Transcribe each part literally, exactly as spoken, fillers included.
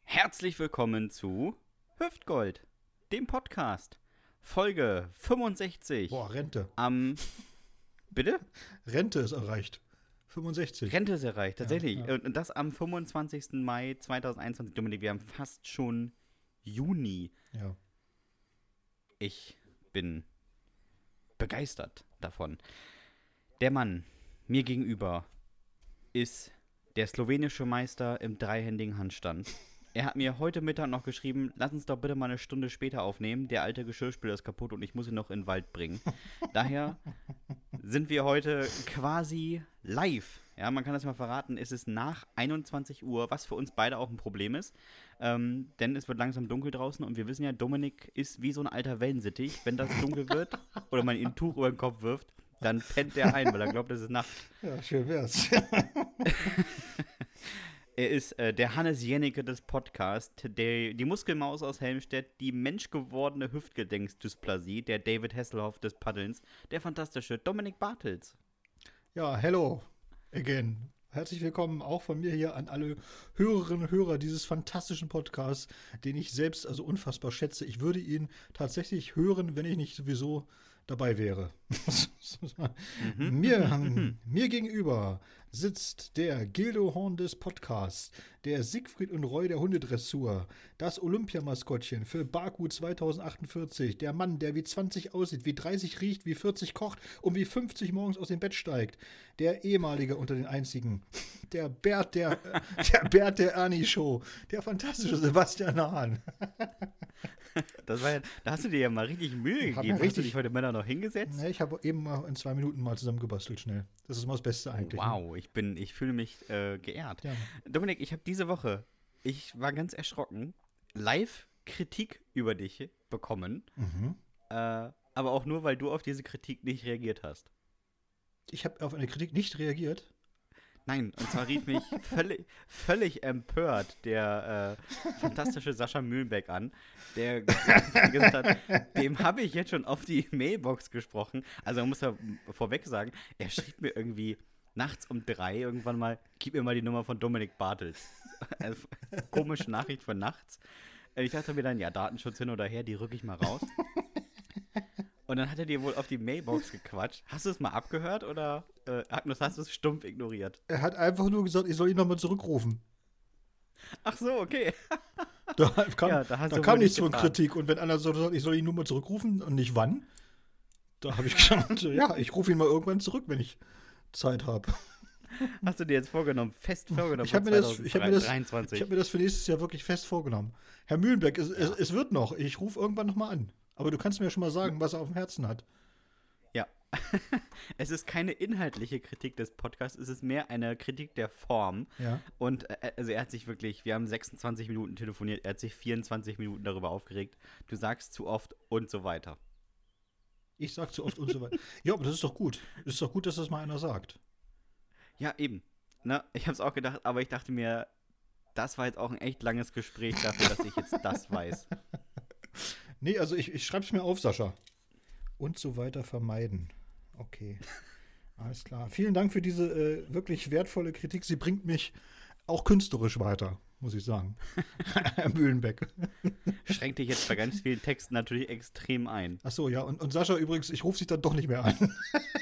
Herzlich willkommen zu Hüftgold, dem Podcast. Folge fünfundsechzig. Boah, Rente. Am. Bitte? Rente ist erreicht. fünfundsechzig. Rente ist erreicht, tatsächlich. Ja, ja. Und das am fünfundzwanzigsten Mai zweitausendeinundzwanzig. Dominik, wir haben fast schon Juni. Ja. Ich bin begeistert davon. Der Mann mir gegenüber ist der slowenische Meister im dreihändigen Handstand. Er hat mir heute Mittag noch geschrieben, lass uns doch bitte mal eine Stunde später aufnehmen. Der alte Geschirrspüler ist kaputt und ich muss ihn noch in den Wald bringen. Daher sind wir heute quasi live. Ja, man kann das mal verraten, es ist nach einundzwanzig Uhr, was für uns beide auch ein Problem ist. Ähm, denn es wird langsam dunkel draußen und wir wissen ja, Dominik ist wie so ein alter Wellensittich. Wenn das dunkel wird oder man ihm ein Tuch über den Kopf wirft, dann pennt der ein, weil er glaubt, es ist Nacht. Ja, schön wär's. Er ist äh, der Hannes Jennecke des Podcasts, der, die Muskelmaus aus Helmstedt, die menschgewordene Hüftgelenksdysplasie, der David Hasselhoff des Paddelns, der fantastische Dominik Bartels. Ja, hello again. Herzlich willkommen auch von mir hier an alle Hörerinnen und Hörer dieses fantastischen Podcasts, den ich selbst also unfassbar schätze. Ich würde ihn tatsächlich hören, wenn ich nicht sowieso dabei wäre. Mhm. mir, mir gegenüber sitzt der Gildo Horn des Podcasts, der Siegfried und Roy der Hundedressur, das Olympiamaskottchen für Baku zweitausendachtundvierzig, der Mann, der wie zwanzig aussieht, wie dreißig riecht, wie vierzig kocht und wie fünfzig morgens aus dem Bett steigt, der ehemalige unter den einzigen, der Bert der, der Bert der Ernie-Show, der fantastische Sebastian Hahn. Das war ja, da hast du dir ja mal richtig Mühe Ich hab gegeben. mir Hast du richtig- dich heute Männer noch hingesetzt? Ne, ich habe eben mal in zwei Minuten mal zusammengebastelt, schnell. Das ist mal das Beste eigentlich. Ne? Wow, ich bin, ich fühle mich äh, geehrt. Ja. Dominik, ich habe diese Woche, ich war ganz erschrocken, live Kritik über dich bekommen, Mhm. äh, aber auch nur, weil du auf diese Kritik nicht reagiert hast. Ich habe auf eine Kritik nicht reagiert. Nein, und zwar rief mich völlig, völlig empört der äh, fantastische Sascha Mühlenbeck an, der gesagt hat, dem habe ich jetzt schon auf die Mailbox gesprochen. Also man muss ja vorweg sagen, er schrieb mir irgendwie nachts um drei irgendwann mal, gib mir mal die Nummer von Dominik Bartels. Also, komische Nachricht von nachts. Ich dachte mir dann, ja, Datenschutz hin oder her, die rücke ich mal raus. Und dann hat er dir wohl auf die Mailbox gequatscht. Hast du es mal abgehört oder äh, Agnes, hast du es stumpf ignoriert? Er hat einfach nur gesagt, ich soll ihn nochmal zurückrufen. Ach so, okay. Da kam, Ja, da hast da du kam wohl nichts nicht von gefragt. Kritik. Und wenn einer so sagt, ich soll ihn nur mal zurückrufen und nicht wann, da habe ich gesagt, ja, ich rufe ihn mal irgendwann zurück, wenn ich Zeit habe. Hast du dir jetzt vorgenommen, fest vorgenommen Ich habe mir, das- ich hab mir, das- zweitausenddreiundzwanzig? ich hab mir das für nächstes Jahr wirklich fest vorgenommen. Herr Mühlenbeck, es, es, es wird noch. Ich rufe irgendwann nochmal an. Aber du kannst mir ja schon mal sagen, was er auf dem Herzen hat. Ja. Es ist keine inhaltliche Kritik des Podcasts, es ist mehr eine Kritik der Form. Ja. Und äh, also er hat sich wirklich, wir haben sechsundzwanzig Minuten telefoniert, er hat sich vierundzwanzig Minuten darüber aufgeregt. Du sagst zu oft und so weiter. Ich sag zu oft und so weiter. Ja, aber das ist doch gut. Es ist doch gut, dass das mal einer sagt. Ja, eben. Ne? Ich habe es auch gedacht, aber ich dachte mir, das war jetzt auch ein echt langes Gespräch dafür, dass ich jetzt das weiß. Nee, also ich, ich schreib's mir auf, Sascha. Und so weiter vermeiden. Okay. Alles klar. Vielen Dank für diese äh, wirklich wertvolle Kritik. Sie bringt mich auch künstlerisch weiter, muss ich sagen. Herr Mühlenbeck. Schränkt dich jetzt bei ganz vielen Texten natürlich extrem ein. Ach so, ja. Und, und Sascha übrigens, ich rufe sich dann doch nicht mehr an.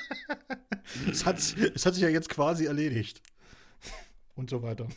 es, hat, es hat sich ja jetzt quasi erledigt. Und so weiter.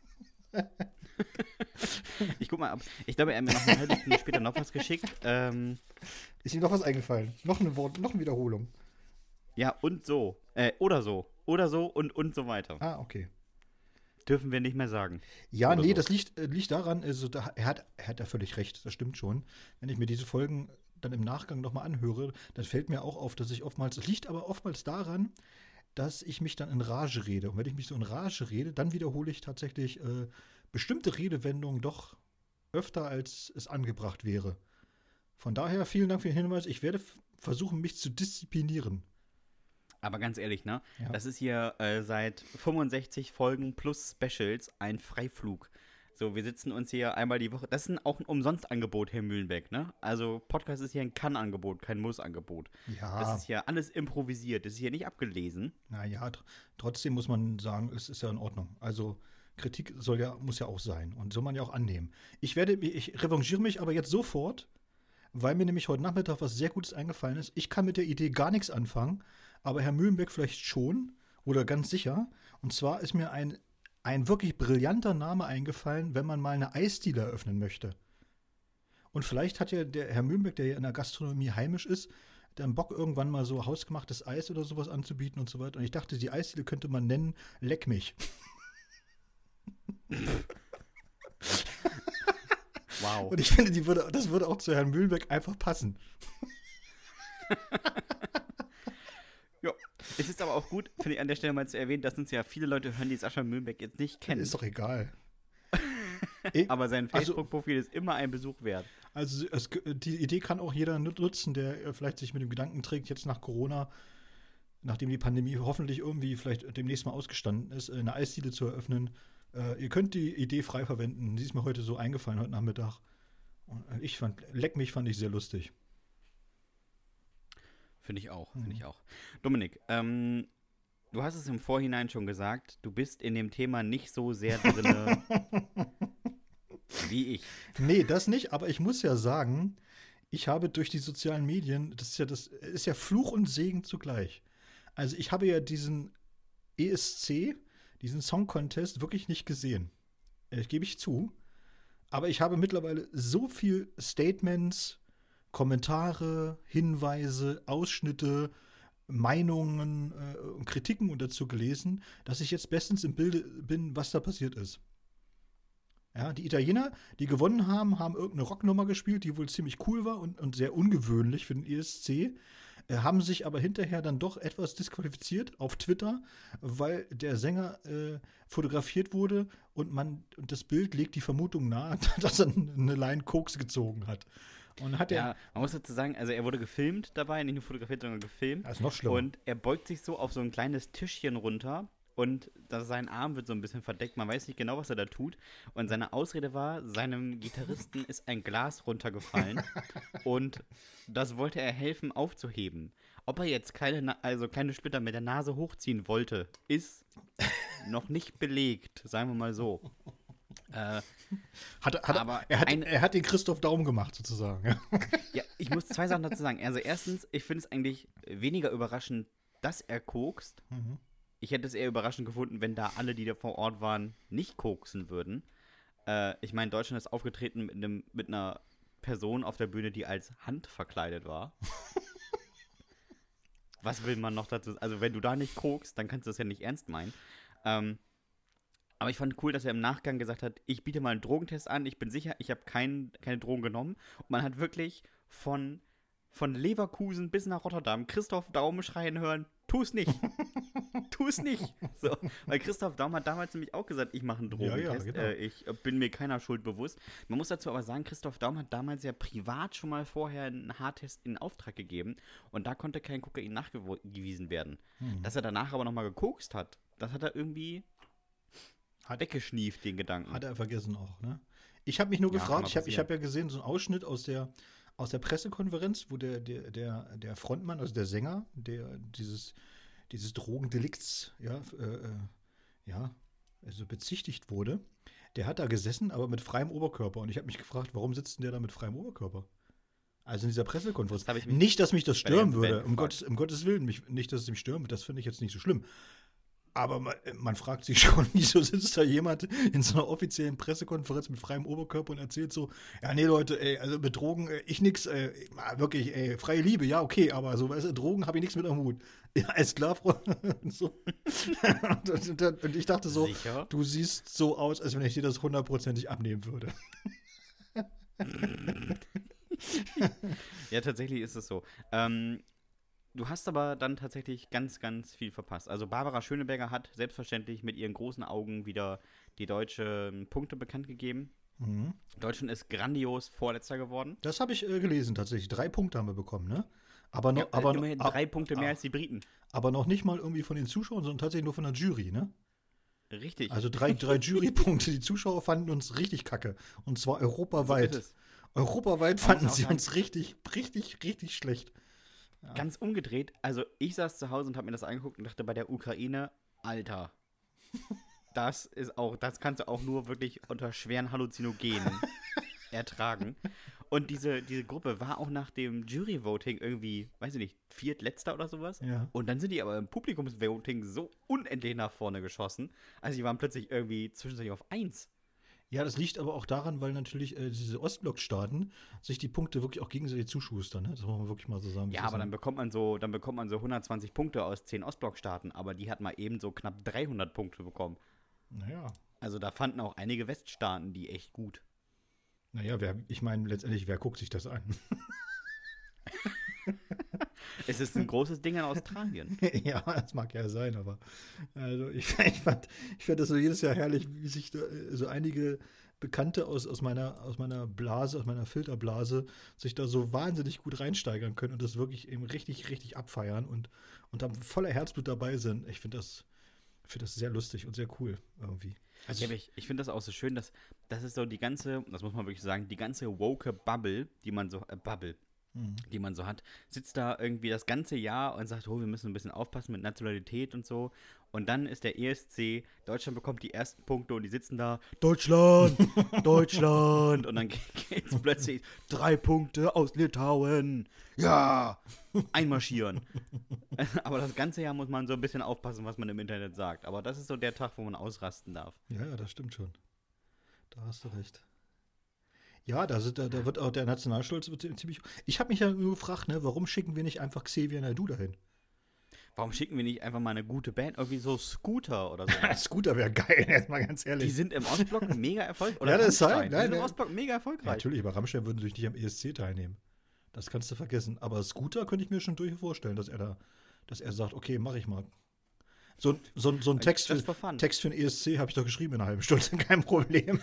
Ich guck mal ab. Ich glaube, er hat mir noch eine halbe Stunde später noch was geschickt. Ähm, Ist Ihnen noch was eingefallen? Noch eine Wort, noch eine Wiederholung. ja, und so. Äh, oder so. Oder so und, und so weiter. Ah, okay. Dürfen wir nicht mehr sagen. Ja, Oder nee, so. das liegt, äh, liegt daran, also da, er, hat, er hat ja völlig recht, das stimmt schon. Wenn ich mir diese Folgen dann im Nachgang nochmal anhöre, dann fällt mir auch auf, dass ich oftmals, das liegt aber oftmals daran, dass ich mich dann in Rage rede. Und wenn ich mich so in Rage rede, dann wiederhole ich tatsächlich äh, bestimmte Redewendungen doch öfter, als es angebracht wäre. Von daher vielen Dank für den Hinweis. Ich werde f- versuchen, mich zu disziplinieren. Aber ganz ehrlich, ne? Ja. Das ist hier äh, seit fünfundsechzig Folgen plus Specials ein Freiflug. So, wir sitzen uns hier einmal die Woche. Das ist ein, auch ein Umsonstangebot, Herr Mühlenbeck, ne? Also, Podcast ist hier ein Kann-Angebot, kein Muss-Angebot. Das Ja, ist hier alles improvisiert. Das ist hier nicht abgelesen. naja, tr trotzdem muss man sagen, es ist ja in Ordnung. Also Kritik soll ja, muss ja auch sein und soll man ja auch annehmen. Ich werde, ich revanchiere mich aber jetzt sofort, weil mir nämlich heute Nachmittag was sehr Gutes eingefallen ist. Ich kann mit der Idee gar nichts anfangen, aber Herr Mühlenbeck vielleicht schon oder ganz sicher. Und zwar ist mir ein, ein wirklich brillanter Name eingefallen, wenn man mal eine Eisdiele eröffnen möchte. Und vielleicht hat ja der Herr Mühlenbeck, der ja in der Gastronomie heimisch ist, dann Bock, irgendwann mal so hausgemachtes Eis oder sowas anzubieten und so weiter. Und ich dachte, die Eisdiele könnte man nennen Leck mich. Wow. Und ich finde, die würde, das würde auch zu Herrn Mühlenbeck einfach passen. Ja. Es ist aber auch gut, finde ich an der Stelle mal zu erwähnen, dass uns ja viele Leute hören, die Sascha Mühlenbeck jetzt nicht kennen. Ist doch egal. Aber sein Also- Facebook-Profil ist immer ein Besuch wert. Also es, die Idee kann auch jeder nutzen, der äh, vielleicht sich mit dem Gedanken trägt, jetzt nach Corona, nachdem die Pandemie hoffentlich irgendwie vielleicht demnächst mal ausgestanden ist, äh, eine Eisdiele zu eröffnen. Äh, ihr könnt die Idee frei verwenden. Die ist mir heute so eingefallen, heute Nachmittag. Und äh, ich fand, Leck mich fand ich sehr lustig. Finde ich auch, Mhm. finde ich auch. Dominik, ähm, du hast es im Vorhinein schon gesagt, du bist in dem Thema nicht so sehr drin wie ich. Nee, das nicht, aber ich muss ja sagen, ich habe durch die sozialen Medien, das ist ja das ist ja Fluch und Segen zugleich. Also ich habe ja diesen E S C, diesen Song Contest wirklich nicht gesehen. Äh, gebe ich zu. Aber ich habe mittlerweile so viel Statements, Kommentare, Hinweise, Ausschnitte, Meinungen äh, und Kritiken und dazu gelesen, dass ich jetzt bestens im Bilde bin, was da passiert ist. Ja, die Italiener, die gewonnen haben, haben irgendeine Rocknummer gespielt, die wohl ziemlich cool war und, und sehr ungewöhnlich für den E S C, äh, haben sich aber hinterher dann doch etwas disqualifiziert auf Twitter, weil der Sänger äh, fotografiert wurde und man und das Bild legt die Vermutung nahe, dass er eine Line Koks gezogen hat. Und hat er. Ja, man muss dazu sagen, also er wurde gefilmt dabei, nicht nur fotografiert, sondern gefilmt. Das ist noch schlimmer. Und er beugt sich so auf so ein kleines Tischchen runter und da sein Arm wird so ein bisschen verdeckt. Man weiß nicht genau, was er da tut. Und seine Ausrede war, seinem Gitarristen ist ein Glas runtergefallen und das wollte er helfen aufzuheben. Ob er jetzt kleine, Na- also kleine Splitter mit der Nase hochziehen wollte, ist noch nicht belegt, sagen wir mal so. Äh, Hat, hat, aber er, hat, ein- er hat den Christoph Daum gemacht, sozusagen. Ja. Ja, ich muss zwei Sachen dazu sagen. Also erstens, ich finde es eigentlich weniger überraschend, dass er kokst. Mhm. Ich hätte es eher überraschend gefunden, wenn da alle, die da vor Ort waren, nicht koksen würden. Äh, ich meine, Deutschland ist aufgetreten mit, einem, mit einer Person auf der Bühne, die als Hand verkleidet war. Was will man noch dazu? Also wenn du da nicht kokst, dann kannst du das ja nicht ernst meinen. Ähm, aber ich fand cool, dass er im Nachgang gesagt hat, ich biete mal einen Drogentest an, ich bin sicher, ich habe kein, keine Drogen genommen. Und man hat wirklich von, von Leverkusen bis nach Rotterdam Christoph Daum schreien hören, tu es nicht. Tu es nicht. So, weil Christoph Daum hat damals nämlich auch gesagt, ich mache einen Ja, ja, Drogentest. genau. äh, ich äh, bin mir keiner Schuld bewusst. Man muss dazu aber sagen, Christoph Daum hat damals ja privat schon mal vorher einen Haartest in Auftrag gegeben und da konnte kein Kokain nachgewiesen werden. Mhm. Dass er danach aber nochmal gekokst hat, das hat er irgendwie Hat- weggeschnieft, den Gedanken. Hat er vergessen auch, ne? Ich habe mich nur Ja, kann gefragt, mal ich habe ich passieren. hab ja gesehen, so einen Ausschnitt aus der, aus der Pressekonferenz, wo der, der, der, der Frontmann, also der Sänger, der dieses, dieses Drogendelikts, ja, äh, äh, ja, also bezichtigt wurde, der hat da gesessen, aber mit freiem Oberkörper. Und ich habe mich gefragt, warum sitzt denn der da mit freiem Oberkörper? Also in dieser Pressekonferenz. Das hab ich mich Nicht, dass mich das bei der stören ganzen würde, Band um gefragt. Gottes, um Gottes Willen, mich, nicht, dass es mich stören würde, das finde ich jetzt nicht so schlimm. Aber man, man fragt sich schon, wieso sitzt da jemand in so einer offiziellen Pressekonferenz mit freiem Oberkörper und erzählt so, ja, nee, Leute, ey, also mit Drogen, äh, ich nix, äh, wirklich, ey, freie Liebe, ja, okay, aber so, weißt du, Drogen habe ich nichts mit am Hut. Ja, ist klar, Freunde. so. und, und, und, und ich dachte so, Sicher? du siehst so aus, als wenn ich dir das hundertprozentig abnehmen würde. Ja, tatsächlich ist es so. Ähm, du hast aber dann tatsächlich ganz, ganz viel verpasst. Also Barbara Schöneberger hat selbstverständlich mit ihren großen Augen wieder die deutschen Punkte bekannt gegeben. Mhm. Deutschland ist grandios Vorletzter geworden. Das habe ich äh, gelesen, tatsächlich. Drei Punkte haben wir bekommen, ne? Aber noch, Ja, äh, aber, immerhin a- drei Punkte mehr a- als die Briten. aber noch nicht mal irgendwie von den Zuschauern, sondern tatsächlich nur von der Jury, ne? Richtig. Also drei, drei Jurypunkte. Die Zuschauer fanden uns richtig kacke. Und zwar so europaweit. ist es. Europaweit Man fanden muss auch sie sagen- uns richtig, richtig, richtig schlecht. Ja. Ganz umgedreht. Also ich saß zu Hause und habe mir das angeguckt und dachte bei der Ukraine, Alter, das ist auch, das kannst du auch nur wirklich unter schweren Halluzinogenen ertragen. Und diese, diese Gruppe war auch nach dem Jury-Voting irgendwie, weiß ich nicht, viertletzter oder sowas. Ja. Und dann sind die aber im Publikumsvoting so unendlich nach vorne geschossen. Also die waren plötzlich irgendwie zwischenzeitlich auf eins. Ja, das liegt aber auch daran, weil natürlich äh, diese Ostblock-Staaten sich die Punkte wirklich auch gegenseitig zuschustern. Ne? Das muss man wirklich mal so sagen. Ja, aber dann bekommt man so, dann bekommt man so hundertzwanzig Punkte aus zehn Ostblock-Staaten. Aber die hat mal eben so knapp dreihundert Punkte bekommen. Naja. Also da fanden auch einige Weststaaten die echt gut. Naja, wer, ich meine, letztendlich, wer guckt sich das an? Es ist ein großes Ding in Australien. Ja, das mag ja sein, aber also ich, ich fand ich fand das so jedes Jahr herrlich, wie sich da, äh, so einige Bekannte aus, aus, meiner, aus meiner Blase, aus meiner Filterblase, sich da so wahnsinnig gut reinsteigern können und das wirklich eben richtig, richtig abfeiern und, und dann voller Herzblut dabei sind. Ich finde das, find das sehr lustig und sehr cool irgendwie. Also ich, ich finde das auch so schön, dass das ist so die ganze, das muss man wirklich sagen, die ganze woke Bubble, die man so, äh, Bubble, Mhm. die man so hat, sitzt da irgendwie das ganze Jahr und sagt, oh, wir müssen ein bisschen aufpassen mit Nationalität und so. Und dann ist der E S C, Deutschland bekommt die ersten Punkte und die sitzen da, Deutschland, Deutschland. Und dann geht es plötzlich, drei Punkte aus Litauen. Ja, einmarschieren. Aber das ganze Jahr muss man so ein bisschen aufpassen, was man im Internet sagt. Aber das ist so der Tag, wo man ausrasten darf. Ja, ja, das stimmt schon. Da hast du recht. Ja, da, sind, da, da wird auch der Nationalstolz wird ziemlich. Ich habe mich ja nur gefragt, ne, warum schicken wir nicht einfach Xavier Naidoo dahin? Warum schicken wir nicht einfach mal eine gute Band? Irgendwie so Scooter oder so. Scooter wäre geil, jetzt mal ganz ehrlich. Die sind im Ostblock mega erfolgreich. Ja, das ist halt, Rammstein, die nein, sind im nein. Ostblock mega erfolgreich. Ja, natürlich, aber Rammstein würden natürlich nicht am E S C teilnehmen. Das kannst du vergessen. Aber Scooter könnte ich mir schon durchaus vorstellen, dass er da, dass er sagt, okay, mach ich mal. So, so, so ein Text Just für, for fun. Text für den E S C habe ich doch geschrieben in einer halben Stunde, kein Problem.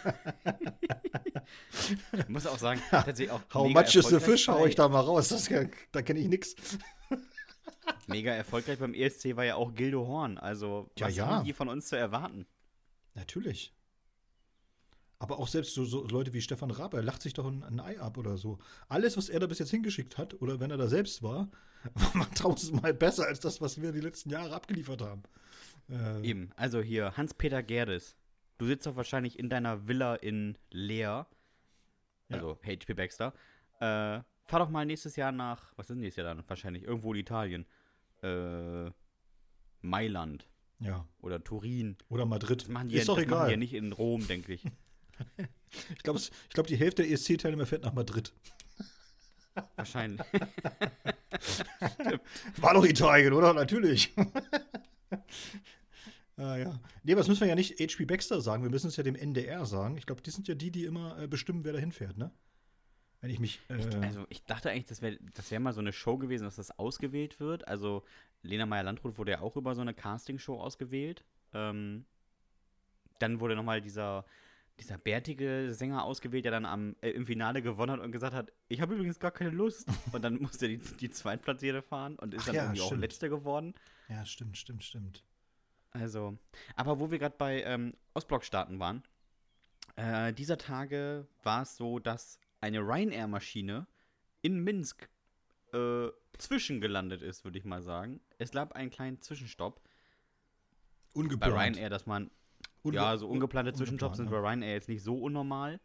Ich muss auch sagen, tatsächlich auch How mega much is the erfolgreich fish? Hau bei- ich da mal raus. Das, da kenne ich nichts. Mega erfolgreich beim E S C war ja auch Gildo Horn. Also, Ja, was ja. haben die von uns zu erwarten? Natürlich. Aber auch selbst so, so Leute wie Stefan Raab, er lacht sich doch ein, ein Ei ab oder so. Alles, was er da bis jetzt hingeschickt hat, oder wenn er da selbst war, war tausendmal besser als das, was wir die letzten Jahre abgeliefert haben. Äh, Eben, also hier, Hans-Peter Gerdes. Du sitzt doch wahrscheinlich in deiner Villa in Leer. Also H P Baxter. Äh, fahr doch mal nächstes Jahr nach, was ist nächstes Jahr dann? Wahrscheinlich irgendwo in Italien. Äh, Mailand Ja. oder Turin. Oder Madrid. Das machen die, Ist ja, doch das machen die egal. ja nicht in Rom, denke ich. Ich glaube, ich glaub, die Hälfte der E S C-Teilnehmer fährt nach Madrid. Wahrscheinlich. War doch Italien, oder? Natürlich. ah, ja. Nee, aber das müssen wir ja nicht H P Baxter sagen, wir müssen es ja dem N D R sagen. Ich glaube, die sind ja die, die immer äh, bestimmen, wer da hinfährt, ne? Wenn ich mich. Äh, Also ich dachte eigentlich, das wäre das wär mal so eine Show gewesen, dass das ausgewählt wird. Also Lena Meyer-Landrut wurde ja auch über so eine Castingshow ausgewählt. Ähm, dann wurde nochmal dieser, dieser bärtige Sänger ausgewählt, der dann am, äh, im Finale gewonnen hat und gesagt hat, ich habe übrigens gar keine Lust. Und dann musste die, die Zweitplatzierte fahren und ist Ach dann ja, irgendwie auch stimmt. Letzte geworden. ja, stimmt, stimmt, stimmt. Also, aber wo wir gerade bei ähm, Ostblock-Staaten waren, äh, dieser Tage war es so, dass eine Ryanair-Maschine in Minsk äh, zwischengelandet ist, würde ich mal sagen. Es gab einen kleinen Zwischenstopp. Bei Ungeplant. Ryanair, dass man, Unge- ja, so ungeplante ungeplant, Zwischenstopps sind ja. bei Ryanair jetzt nicht so unnormal.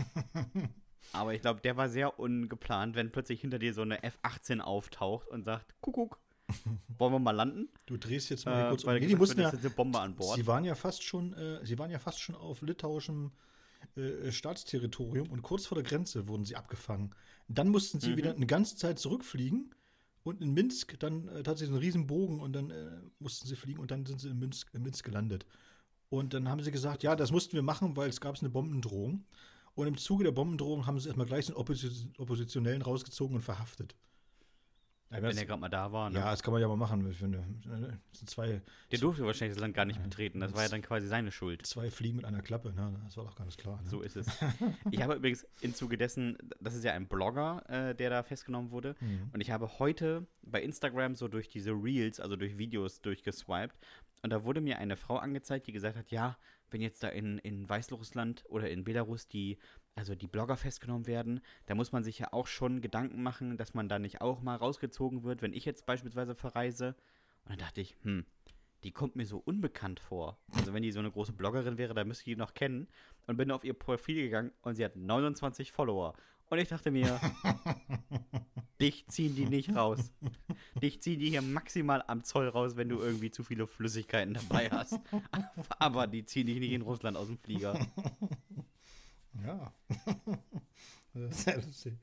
Aber ich glaube, der war sehr ungeplant, wenn plötzlich hinter dir so eine F achtzehn auftaucht und sagt, Kuckuck, wollen wir mal landen? Du drehst jetzt mal Äh, kurz um. weil Nee, gesagt die mussten wird, ja, es ist eine Bombe an Bord. sie waren ja fast schon, äh, sie waren ja fast schon auf litauischem äh, Staatsterritorium und kurz vor der Grenze wurden sie abgefangen. Dann mussten sie Mhm. wieder eine ganze Zeit zurückfliegen und in Minsk dann äh, tatsächlich so einen riesen Bogen und dann äh, mussten sie fliegen und dann sind sie in Minsk, in Minsk gelandet. Und dann haben sie gesagt, ja, das mussten wir machen, weil es gab eine Bombendrohung. Und im Zuge der Bombendrohung haben sie erstmal gleich den Opposi- Oppositionellen rausgezogen und verhaftet. Ja, Wenn er gerade mal da war. Ne? ja, das kann man ja mal machen. Ich finde, das sind zwei, Der durfte wahrscheinlich das Land gar nicht betreten. Das war ja dann quasi seine Schuld. zwei Fliegen mit einer Klappe, ne? Das war doch ganz klar. Ne? So ist es. Ich habe übrigens im Zuge dessen, das ist ja ein Blogger, äh, der da festgenommen wurde. Mhm. Und ich habe heute bei Instagram so durch diese Reels, also durch Videos durchgeswiped. Und da wurde mir eine Frau angezeigt, die gesagt hat, ja, wenn jetzt da in, in Weißrussland oder in Belarus die, also die Blogger festgenommen werden, da muss man sich ja auch schon Gedanken machen, dass man da nicht auch mal rausgezogen wird, wenn ich jetzt beispielsweise verreise. Und dann dachte ich, hm, die kommt mir so unbekannt vor. Also wenn die so eine große Bloggerin wäre, dann müsste ich die noch kennen. Und bin auf ihr Profil gegangen und sie hat neunundzwanzig Follower. Und ich dachte mir, dich ziehen die nicht raus. Dich ziehen die hier maximal am Zoll raus, wenn du irgendwie zu viele Flüssigkeiten dabei hast. Aber die ziehen dich nicht in Russland aus dem Flieger. Ja. Das ist sehr lustig.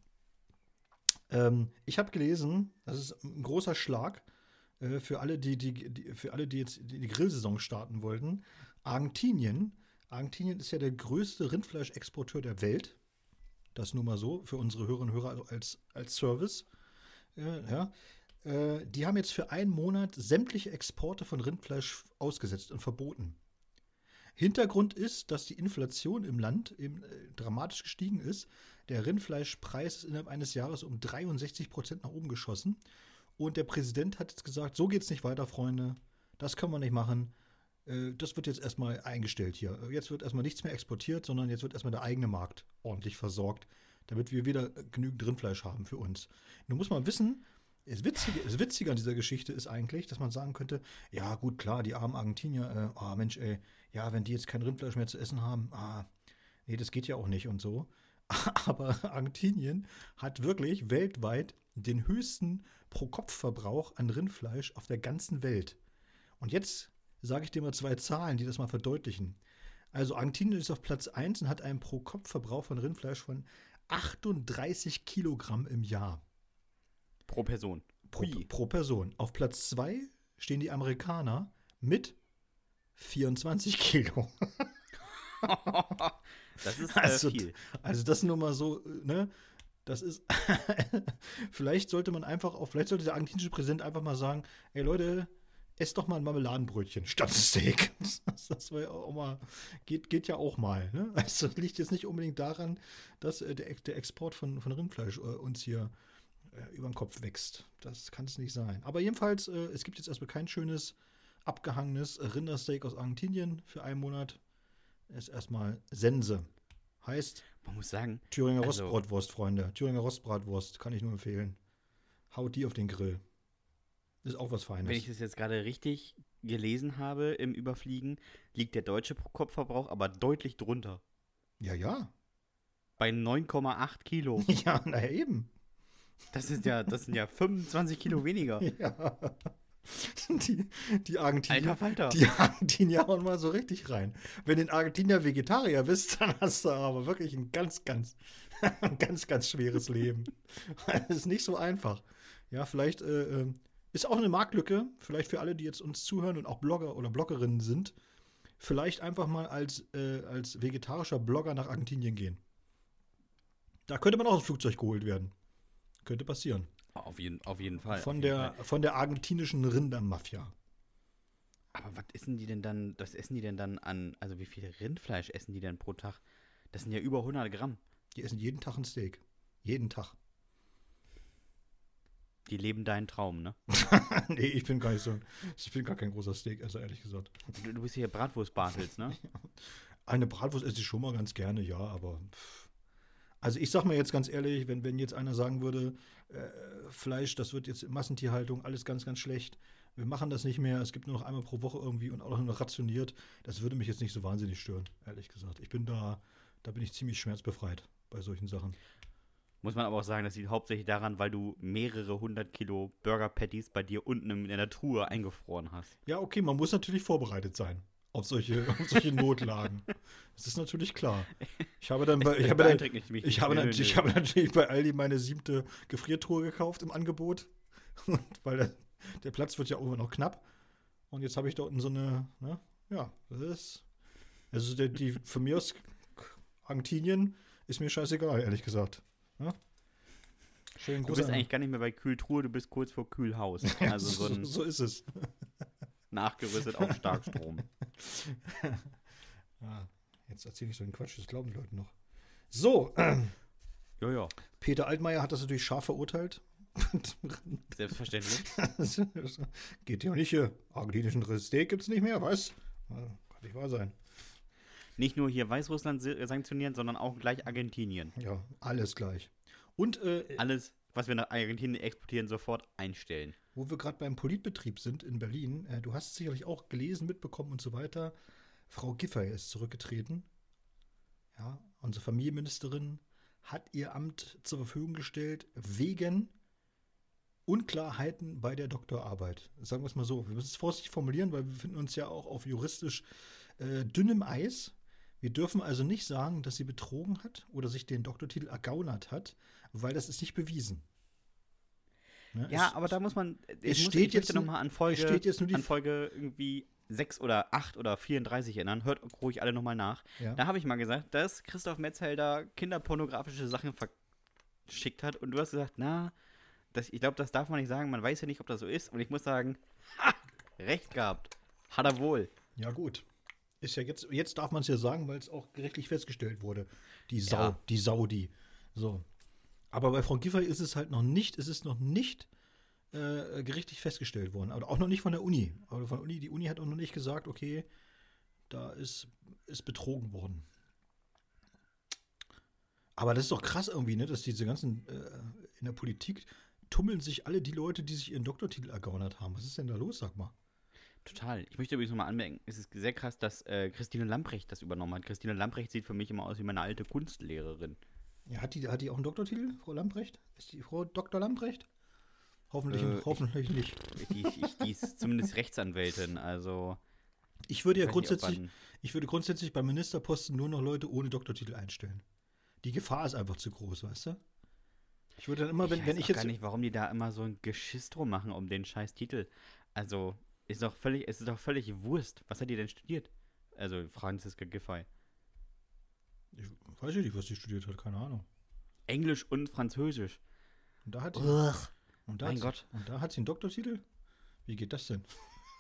Ähm, ich habe gelesen, das ist ein großer Schlag äh, für alle, die, die, die, für alle, die jetzt die, die Grillsaison starten wollten. Argentinien. Argentinien ist ja der größte Rindfleischexporteur der Welt. Das nur mal so für unsere Hörerinnen und Hörer als, als Service. Äh, ja. äh, die haben jetzt für einen Monat sämtliche Exporte von Rindfleisch ausgesetzt und verboten. Hintergrund ist, dass die Inflation im Land eben, äh, dramatisch gestiegen ist. Der Rindfleischpreis ist innerhalb eines Jahres um dreiundsechzig Prozent nach oben geschossen. Und der Präsident hat jetzt gesagt, so geht's nicht weiter, Freunde. Das können wir nicht machen. Äh, das wird jetzt erstmal eingestellt hier. Jetzt wird erstmal nichts mehr exportiert, sondern jetzt wird erstmal der eigene Markt ordentlich versorgt, damit wir wieder genügend Rindfleisch haben für uns. Nun muss man wissen, das Witzige, das Witzige an dieser Geschichte ist eigentlich, dass man sagen könnte, ja gut, klar, die armen Argentinier, äh, oh Mensch, ey, ja, wenn die jetzt kein Rindfleisch mehr zu essen haben, ah, nee, das geht ja auch nicht und so. Aber Argentinien hat wirklich weltweit den höchsten Pro-Kopf-Verbrauch an Rindfleisch auf der ganzen Welt. Und jetzt sage ich dir mal zwei Zahlen, die das mal verdeutlichen. Also Argentinien ist auf Platz eins und hat einen Pro-Kopf-Verbrauch von Rindfleisch von achtunddreißig Kilogramm im Jahr. Pro Person. Pro, pro Person. Auf Platz zwei stehen die Amerikaner mit vierundzwanzig Kilo. Das ist äh, also, viel. Also das nur mal so, ne? Das ist, vielleicht sollte man einfach auch, vielleicht sollte der argentinische Präsident einfach mal sagen, ey Leute, esst doch mal ein Marmeladenbrötchen statt Steak. Das, das war ja auch mal, geht, geht ja auch mal, ne? Also das liegt jetzt nicht unbedingt daran, dass äh, der, der Export von, von Rindfleisch äh, uns hier äh, über den Kopf wächst. Das kann es nicht sein. Aber jedenfalls, äh, es gibt jetzt erstmal kein schönes, abgehangenes Rindersteak aus Argentinien für einen Monat. Ist erstmal Sense. Heißt, man muss sagen, Thüringer also, Rostbratwurst, Freunde. Thüringer Rostbratwurst, kann ich nur empfehlen. Haut die auf den Grill. Ist auch was Feines. Wenn ich das jetzt gerade richtig gelesen habe im Überfliegen, liegt der deutsche Pro-Kopf-Verbrauch aber deutlich drunter. Ja, ja. Bei neun Komma acht Kilo. Ja, naja, eben. Das ist ja, das sind ja fünfundzwanzig Kilo weniger. Ja. Die, die Argentinier, Alter Falter. die Argentinier hauen mal so richtig rein. Wenn du in Argentinier Vegetarier bist, dann hast du aber wirklich ein ganz, ganz, ein ganz, ganz schweres Leben. Das ist nicht so einfach. Ja, vielleicht äh, ist auch eine Marktlücke, vielleicht für alle, die jetzt uns zuhören und auch Blogger oder Bloggerinnen sind, vielleicht einfach mal als, äh, als vegetarischer Blogger nach Argentinien gehen. Da könnte man auch ins Flugzeug geholt werden. Könnte passieren. Auf jeden, auf jeden Fall. Von, jeden der, Fall. von der argentinischen Rindermafia. Aber was essen die denn dann, was essen die denn dann an, also wie viel Rindfleisch essen die denn pro Tag? Das sind ja über hundert Gramm. Die essen jeden Tag ein Steak. Jeden Tag. Die leben deinen Traum, ne? Nee, ich bin gar nicht so, ich bin gar kein großer Steakesser, ehrlich gesagt. Du, du bist hier Bratwurst-Bartels, ne? Eine Bratwurst esse ich schon mal ganz gerne, ja, aber pff. Also ich sag mal jetzt ganz ehrlich, wenn, wenn jetzt einer sagen würde, äh, Fleisch, das wird jetzt Massentierhaltung, alles ganz, ganz schlecht, wir machen das nicht mehr, es gibt nur noch einmal pro Woche irgendwie und auch nur noch rationiert, das würde mich jetzt nicht so wahnsinnig stören, ehrlich gesagt. Ich bin da, da bin ich ziemlich schmerzbefreit bei solchen Sachen. Muss man aber auch sagen, das liegt hauptsächlich daran, weil du mehrere hundert Kilo Burger-Patties bei dir unten in der Truhe eingefroren hast. Ja, okay, man muss natürlich vorbereitet sein auf solche, auf solche Notlagen. Das ist natürlich klar. Ich habe dann bei, ich habe dann, ich habe natürlich, ich habe natürlich bei Aldi meine siebte Gefriertruhe gekauft im Angebot, und weil der, der Platz wird ja irgendwann noch knapp. Und jetzt habe ich da unten so eine, ne, ja, das ist, also der, die von mir aus Argentinien ist mir scheißegal, ehrlich gesagt. Ja? Schön du bist eigentlich gar nicht mehr bei Kühltruhe, du bist kurz vor Kühlhaus. Also so, ein so, so ist es. Nachgerüstet auf Starkstrom. Ja, jetzt erzähle ich so einen Quatsch, das glauben die Leute noch. So, ähm, ja, ja. Peter Altmaier hat das natürlich scharf verurteilt. Selbstverständlich. Geht ja nicht hier. Argentinischen Steak gibt es nicht mehr, was? Kann nicht wahr sein. Nicht nur hier Weißrussland sanktionieren, sondern auch gleich Argentinien. Ja, alles gleich. Und äh, alles, was wir nach Argentinien exportieren, sofort einstellen. Wo wir gerade beim Politbetrieb sind in Berlin, äh, du hast es sicherlich auch gelesen, mitbekommen und so weiter. Frau Giffey ist zurückgetreten. Ja, unsere Familienministerin hat ihr Amt zur Verfügung gestellt wegen Unklarheiten bei der Doktorarbeit. Sagen wir es mal so. Wir müssen es vorsichtig formulieren, weil wir befinden uns ja auch auf juristisch äh, dünnem Eis. Wir dürfen also nicht sagen, dass sie betrogen hat oder sich den Doktortitel ergaunert hat, weil das ist nicht bewiesen. Ne? Ja, es, aber da muss man, es ich, muss, steht ich jetzt möchte nochmal an Folge, steht jetzt nur die an Folge irgendwie sechs oder acht oder vierunddreißig erinnern. Hört ruhig alle nochmal nach. Ja. Da habe ich mal gesagt, dass Christoph Metzelder kinderpornografische Sachen verschickt hat und du hast gesagt, na, das, ich glaube, das darf man nicht sagen, man weiß ja nicht, ob das so ist. Und ich muss sagen, ha, recht gehabt. Hat er wohl. Ja, gut. Ist ja jetzt, jetzt darf man es ja sagen, weil es auch gerichtlich festgestellt wurde. Die Sau, Ja. die Saudi. So. Aber bei Frau Giffey ist es halt noch nicht, es ist noch nicht äh, gerichtlich festgestellt worden. Oder auch noch nicht von der Uni. Aber von der Uni, die Uni hat auch noch nicht gesagt, okay, da ist, ist betrogen worden. Aber das ist doch krass irgendwie, ne, dass diese ganzen, äh, in der Politik tummeln sich alle die Leute, die sich ihren Doktortitel ergaunert haben. Was ist denn da los, sag mal? Total. Ich möchte übrigens nochmal anmerken, es ist sehr krass, dass äh, Christine Lamprecht das übernommen hat. Christine Lamprecht sieht für mich immer aus wie meine alte Kunstlehrerin. Ja, hat die, hat die auch einen Doktortitel, Frau Lamprecht? Ist die Frau Doktor Lamprecht? Hoffentlich, Äh, hoffentlich nicht. Die, ich, die ist zumindest Rechtsanwältin, also. Ich würde ja ich weiß nicht, ob grundsätzlich, man- ich würde grundsätzlich beim Ministerposten nur noch Leute ohne Doktortitel einstellen. Die Gefahr ist einfach zu groß, weißt du? Ich würde dann immer, wenn ich wenn weiß ich auch jetzt. gar nicht, warum die da immer so ein Geschiss drum machen um den scheiß Titel. Also, ist doch völlig, es ist doch völlig Wurst. Was hat die denn studiert? Also, Franziska Giffey. Ich weiß ja nicht, was die studiert hat, keine Ahnung. Englisch und Französisch. Und da hat sie, Ugh, und da mein hat Gott. Sie, und da hat sie einen Doktortitel? Wie geht das denn?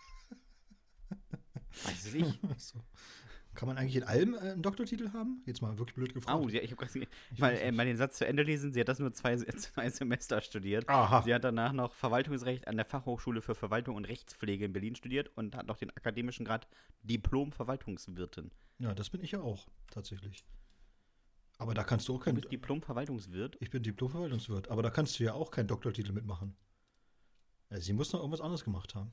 Weiß es nicht. So. Kann man eigentlich in allem äh, einen Doktortitel haben? Jetzt mal wirklich blöd gefragt. Oh, sie, ich habe gerade Ich mal, weiß äh, nicht. mal den Satz zu Ende lesen. Sie hat das nur zwei, zwei Semester studiert. Aha. Sie hat danach noch Verwaltungsrecht an der Fachhochschule für Verwaltung und Rechtspflege in Berlin studiert und hat noch den akademischen Grad Diplom-Verwaltungswirtin. Ja, das bin ich ja auch, tatsächlich. Aber da kannst du auch Du kein. bist Diplom-Verwaltungswirt? Ich bin Diplom-Verwaltungswirt, aber da kannst du ja auch keinen Doktortitel mitmachen. Ja, sie muss noch irgendwas anderes gemacht haben.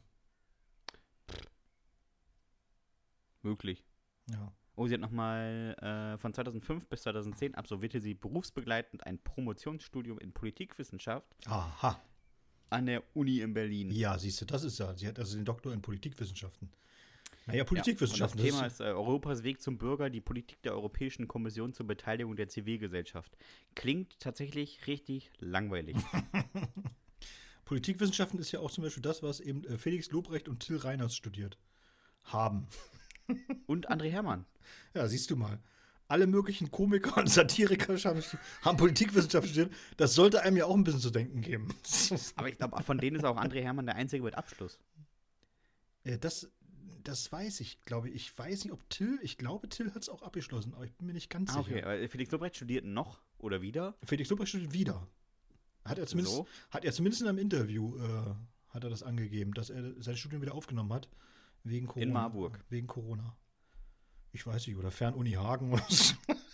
Möglich. Ja. Oh, sie hat nochmal äh, von zweitausendfünf bis zweitausendzehn absolvierte sie berufsbegleitend ein Promotionsstudium in Politikwissenschaft Aha. an der Uni in Berlin. Ja, siehst du, das ist ja. Sie hat also den Doktor in Politikwissenschaften. Naja, Ja, und Politikwissenschaften. das Thema ist äh, Europas Weg zum Bürger, die Politik der Europäischen Kommission zur Beteiligung der Zivilgesellschaft. Klingt tatsächlich richtig langweilig. Politikwissenschaften ist ja auch zum Beispiel das, was eben äh, Felix Lobrecht und Till Reiners studiert haben. Und André Hermann. Ja, siehst du mal. Alle möglichen Komiker und Satiriker haben, haben Politikwissenschaften studiert. Das sollte einem ja auch ein bisschen zu denken geben. Aber ich glaube, von denen ist auch André Hermann der Einzige mit Abschluss. Äh, das, das weiß ich, glaube ich. Ich weiß nicht, ob Till, ich glaube, Till hat es auch abgeschlossen, aber ich bin mir nicht ganz Ah, okay. sicher. Aber Felix Lobrecht studiert noch oder wieder? Felix Lobrecht studiert wieder. Hat er zumindest, So? hat er zumindest in einem Interview äh, hat er das angegeben, dass er sein Studium wieder aufgenommen hat. Wegen Corona. In Marburg. Wegen Corona. Ich weiß nicht, oder Fernuni Hagen oder so.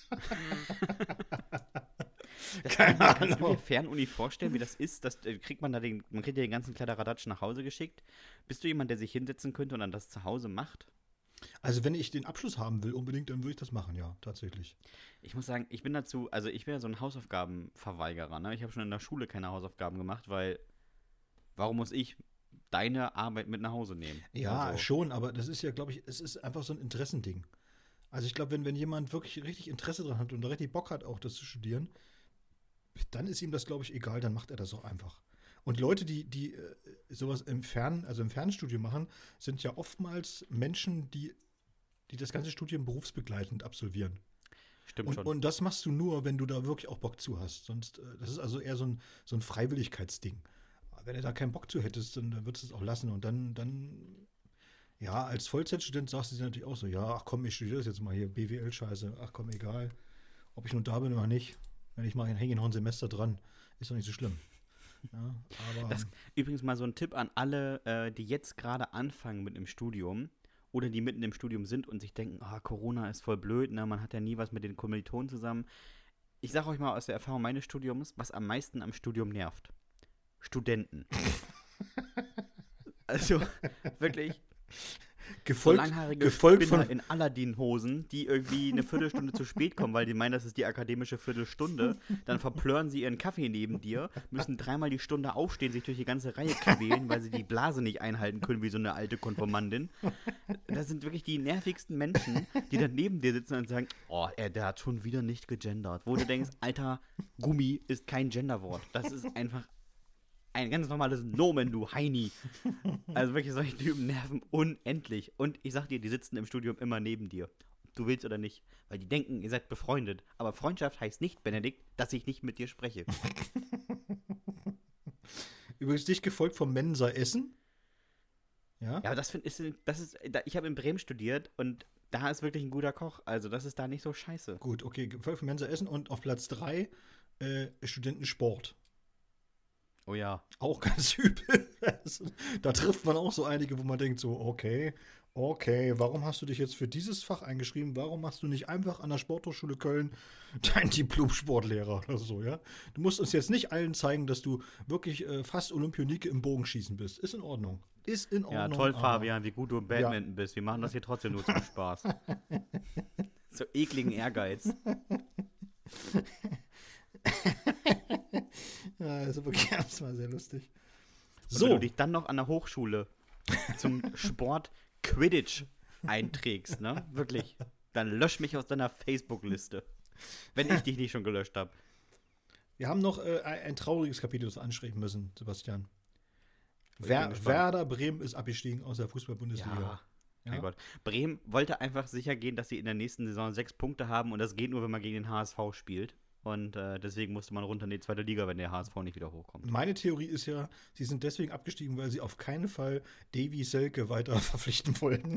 Das Keine kann, kannst du Ahnung. dir Fernuni vorstellen, wie das ist? Das, äh, kriegt man da den, man kriegt ja den ganzen Kladderadatsch nach Hause geschickt. Bist du jemand, der sich hinsetzen könnte und dann das zu Hause macht? Also wenn ich den Abschluss haben will, unbedingt, dann würde ich das machen, ja, tatsächlich. Ich muss sagen, ich bin dazu, also ich wäre so ein Hausaufgabenverweigerer. Ne? Ich habe schon in der Schule keine Hausaufgaben gemacht, weil warum muss ich deine Arbeit mit nach Hause nehmen? Ja, Also, schon, aber das ist ja, glaube ich, es ist einfach so ein Interessending. Also ich glaube, wenn, wenn jemand wirklich richtig Interesse dran hat und da richtig Bock hat, auch das zu studieren, dann ist ihm das, glaube ich, egal, dann macht er das auch einfach. Und Leute, die, die äh, sowas im Fern, also im Fernstudium machen, sind ja oftmals Menschen, die, die das ganze Studium berufsbegleitend absolvieren. Stimmt Und, schon. und das machst du nur, wenn du da wirklich auch Bock zu hast. Sonst, äh, das ist also eher so ein, so ein Freiwilligkeitsding. Wenn du da keinen Bock zu hättest, dann, dann würdest du es auch lassen. Und dann, dann, ja, als Vollzeitstudent sagst du dir natürlich auch so, ja, ach komm, ich studiere das jetzt mal hier, B W L-Scheiße, ach komm, egal, ob ich nun da bin oder nicht. Wenn ich mal hänge noch ein Semester dran, ist doch nicht so schlimm. Ja, aber Das, übrigens mal so ein Tipp an alle, äh, die jetzt gerade anfangen mit einem Studium oder die mitten im Studium sind und sich denken, ah, Corona ist voll blöd, ne? Man hat ja nie was mit den Kommilitonen zusammen. ich sage euch mal aus der Erfahrung meines Studiums, was am meisten am Studium nervt. Studenten. Also, wirklich. Gefolgt, so langhaarige gefolgt Spinner von in Aladdin-Hosen, die irgendwie eine Viertelstunde zu spät kommen, weil die meinen, das ist die akademische Viertelstunde. Dann verplören sie ihren Kaffee neben dir, müssen dreimal die Stunde aufstehen, sich durch die ganze Reihe quälen, weil sie die Blase nicht einhalten können, wie so eine alte Konformandin. Das sind wirklich die nervigsten Menschen, die dann neben dir sitzen und sagen, oh, er, der hat schon wieder nicht gegendert. Wo du denkst, Alter, Gummi ist kein Genderwort. Das ist einfach ein ganz normales Nomen, du Heini. Also wirklich, solche Typen nerven unendlich. Und ich sag dir, die sitzen im Studium immer neben dir. Ob du willst oder nicht. Weil die denken, ihr seid befreundet. Aber Freundschaft heißt nicht, Benedikt, dass ich nicht mit dir spreche. Übrigens dich gefolgt vom Mensa-Essen. Ja? Ja, aber das finde ich, das ist, ich habe in Bremen studiert und da ist wirklich ein guter Koch. Also das ist da nicht so scheiße. Gut, okay, gefolgt vom Mensa-Essen und auf Platz drei äh, Studentensport. Oh ja. Auch ganz übel. Da trifft man auch so einige, wo man denkt so, okay, okay, warum hast du dich jetzt für dieses Fach eingeschrieben? Warum machst du nicht einfach an der Sporthochschule Köln dein Diplom-Sportlehrer oder so, ja? Du musst uns jetzt nicht allen zeigen, dass du wirklich äh, fast Olympionike im Bogenschießen bist. Ist in Ordnung. Ist in Ordnung. Ja, toll, Fabian, wie gut du im Badminton ja. bist. Wir machen das hier trotzdem nur zum Spaß. So ekligen Ehrgeiz. Ja, also wirklich, das war sehr lustig. Und so. Wenn du dich dann noch an der Hochschule zum Sport Quidditch einträgst, ne? Wirklich. Dann lösch mich aus deiner Facebook-Liste. Wenn ich dich nicht schon gelöscht habe. Wir haben noch äh, ein trauriges Kapitel, das wir anschreiben müssen, Sebastian. Wer, Werder Bremen ist abgestiegen aus der Fußball-Bundesliga. Ja. Ja. Mein Gott. Bremen wollte einfach sicher gehen, dass sie in der nächsten Saison sechs Punkte haben und das geht nur, wenn man gegen den H S V spielt. Und äh, deswegen musste man runter in die zweite Liga, wenn der H S V nicht wieder hochkommt. Meine Theorie ist ja, sie sind deswegen abgestiegen, weil sie auf keinen Fall Davy Selke weiter verpflichten wollten.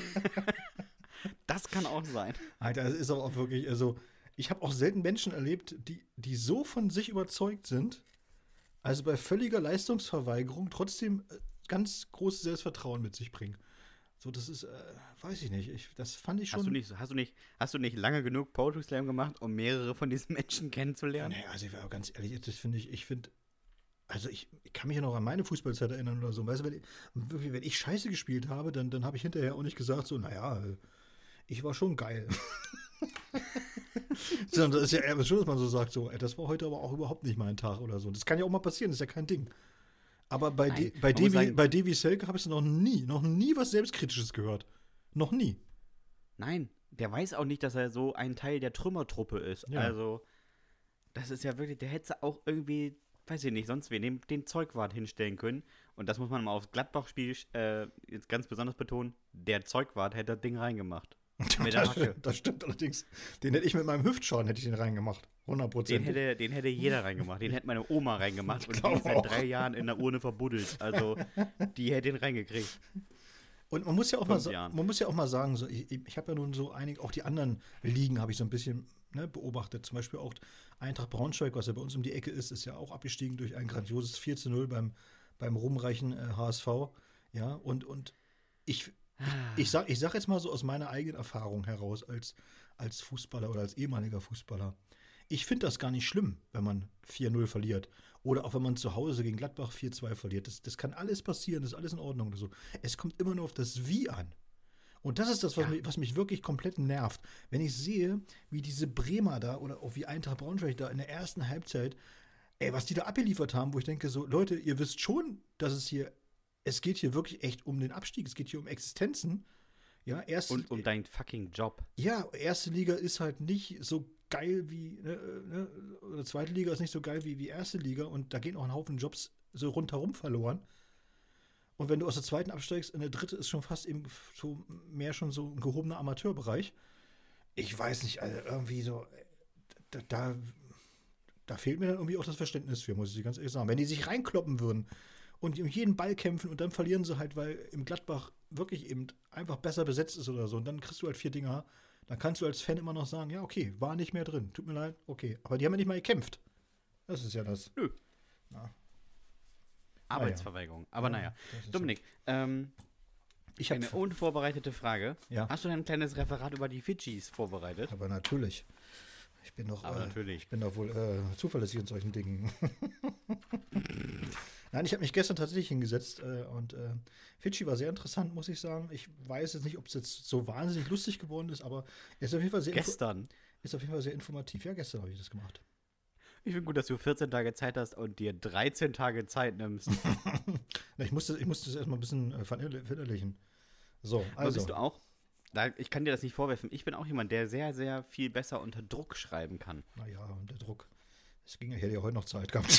Das kann auch sein. Alter, es ist aber auch wirklich, also ich habe auch selten Menschen erlebt, die, die so von sich überzeugt sind, also bei völliger Leistungsverweigerung trotzdem ganz großes Selbstvertrauen mit sich bringen. So, das ist, äh, weiß ich nicht, ich, das fand ich schon. Hast du nicht, hast du nicht, hast du nicht lange genug Poetry Slam gemacht, um mehrere von diesen Menschen kennenzulernen? Nee, also ich war ganz ehrlich, das finde ich, ich finde, also ich, ich kann mich ja noch an meine Fußballzeit erinnern oder so. Weißt du, wenn ich, wenn ich Scheiße gespielt habe, dann, dann habe ich hinterher auch nicht gesagt, so, naja, ich war schon geil. Sondern das ist ja eher schon, dass man so sagt, so, ey, das war heute aber auch überhaupt nicht mein Tag oder so. Das kann ja auch mal passieren, das ist ja kein Ding. Aber bei, Nein, De, bei, Davy, sagen, bei Davy Selke habe ich noch nie, noch nie was Selbstkritisches gehört. Noch nie. Nein, der weiß auch nicht, dass er so ein Teil der Trümmertruppe ist. Ja. Also, das ist ja wirklich, der hätte auch irgendwie, weiß ich nicht, sonst wen, den, den Zeugwart hinstellen können. Und das muss man mal aufs Gladbach-Spiel äh, jetzt ganz besonders betonen, der Zeugwart hätte das Ding reingemacht. Mit der das, stimmt, das stimmt allerdings. Den hätte ich mit meinem Hüftschaden hätte ich den reingemacht. hundert Prozent. Den hätte, den hätte jeder reingemacht. Den hätte meine Oma reingemacht. Und die ist seit drei Jahren in der Urne verbuddelt. Also, die hätte den reingekriegt. Und man muss ja auch, mal, man muss ja auch mal sagen, so, ich, ich habe ja nun so einige, auch die anderen Ligen habe ich so ein bisschen ne, beobachtet. Zum Beispiel auch Eintracht Braunschweig, was ja bei uns um die Ecke ist, ist ja auch abgestiegen durch ein grandioses vier zu null beim, beim ruhmreichen äh, H S V. Ja, und, und ich Ich, ich sage ich sag jetzt mal so aus meiner eigenen Erfahrung heraus als, als Fußballer oder als ehemaliger Fußballer. Ich finde das gar nicht schlimm, wenn man vier null verliert. Oder auch wenn man zu Hause gegen Gladbach vier zwei verliert. Das, das kann alles passieren, das ist alles in Ordnung. Oder so. Es kommt immer nur auf das Wie an. Und das ist das, was, ja. mich, was mich wirklich komplett nervt. Wenn ich sehe, wie diese Bremer da oder auch wie Eintracht Braunschweig da in der ersten Halbzeit, ey, was die da abgeliefert haben, wo ich denke so, Leute, ihr wisst schon, dass es hier Es geht hier wirklich echt um den Abstieg. Es geht hier um Existenzen. Ja, erste, und um deinen fucking Job. Ja, erste Liga ist halt nicht so geil wie, ne, ne, oder zweite Liga ist nicht so geil wie, wie erste Liga und da gehen auch ein Haufen Jobs so rundherum verloren. Und wenn du aus der zweiten absteigst, in der dritte ist schon fast eben so mehr schon so ein gehobener Amateurbereich. Ich weiß nicht, also irgendwie so, da, da, da fehlt mir dann irgendwie auch das Verständnis für, muss ich ganz ehrlich sagen. Wenn die sich reinkloppen würden und um jeden Ball kämpfen und dann verlieren sie halt, weil im Gladbach wirklich eben einfach besser besetzt ist oder so. Und dann kriegst du halt vier Dinger. Dann kannst du als Fan immer noch sagen, ja, okay, war nicht mehr drin. Tut mir leid, okay. Aber die haben ja nicht mal gekämpft. Das ist ja das. Nö. Na. Arbeitsverweigerung. Aber Ja, naja. das ist Dominik, ähm, Ich habe eine unvorbereitete Frage. Ja. Hast du denn ein kleines Referat über die Fidschis vorbereitet? Aber natürlich. Ich bin doch, Aber äh, natürlich. ich bin doch wohl äh, zuverlässig in solchen Dingen. Nein, ich habe mich gestern tatsächlich hingesetzt äh, und äh, Fidschi war sehr interessant, muss ich sagen. Ich weiß jetzt nicht, ob es jetzt so wahnsinnig lustig geworden ist, aber es ist auf jeden Fall sehr, info- Gestern. ist auf jeden Fall sehr informativ. Ja, gestern habe ich das gemacht. Ich finde gut, dass du vierzehn Tage Zeit hast und dir dreizehn Tage Zeit nimmst. Na, ich musste, ich musste das erstmal ein bisschen äh, verinnerli- verinnerlichen. So, Aber also. bist du auch, da, ich kann dir das nicht vorwerfen, ich bin auch jemand, der sehr, sehr viel besser unter Druck schreiben kann. Naja, und der Druck. Es ging ja, ich hätte ja heute noch Zeit gehabt.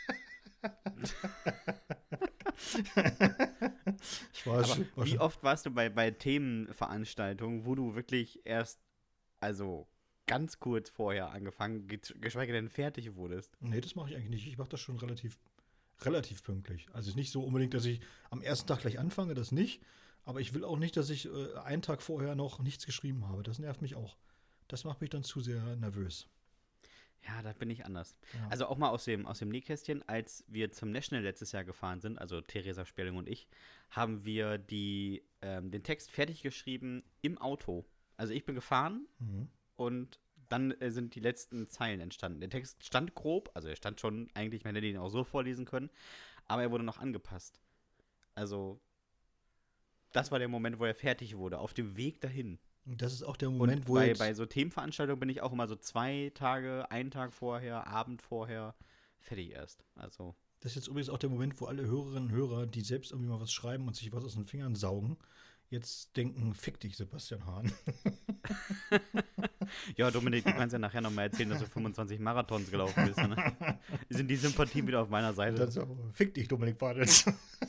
ich war, Aber schon, war wie schon. oft warst du bei, bei Themenveranstaltungen, wo du wirklich erst, also ganz kurz vorher angefangen, ge- geschweige denn fertig wurdest? Nee, das mache ich eigentlich nicht. Ich mache das schon relativ, relativ pünktlich. Also es ist nicht so unbedingt, dass ich am ersten Tag gleich anfange, das nicht. Aber ich will auch nicht, dass ich äh, einen Tag vorher noch nichts geschrieben habe. Das nervt mich auch. Das macht mich dann zu sehr nervös. Ja, da bin ich anders. Ja. Also auch mal aus dem, aus dem Nähkästchen, als wir zum National letztes Jahr gefahren sind, also Theresa Sperling und ich, haben wir die, ähm, den Text fertig geschrieben im Auto. Also ich bin gefahren Mhm. und dann äh, sind die letzten Zeilen entstanden. Der Text stand grob, also er stand schon eigentlich, man hätte ihn auch so vorlesen können, aber er wurde noch angepasst. Also das war der Moment, wo er fertig wurde, auf dem Weg dahin. Und das ist auch der Moment, Und wo bei, jetzt, bei so Themenveranstaltungen bin ich auch immer so zwei Tage, einen Tag vorher, Abend vorher, fertig erst. Also, das ist jetzt übrigens auch der Moment, wo alle Hörerinnen und Hörer, die selbst irgendwie mal was schreiben und sich was aus den Fingern saugen, jetzt denken, fick dich, Sebastian Hahn. ja, Dominik, du kannst ja nachher nochmal erzählen, dass du fünfundzwanzig Marathons gelaufen bist. Ne? Sind die Sympathien wieder auf meiner Seite? Dann so, fick dich, Dominik Bartels.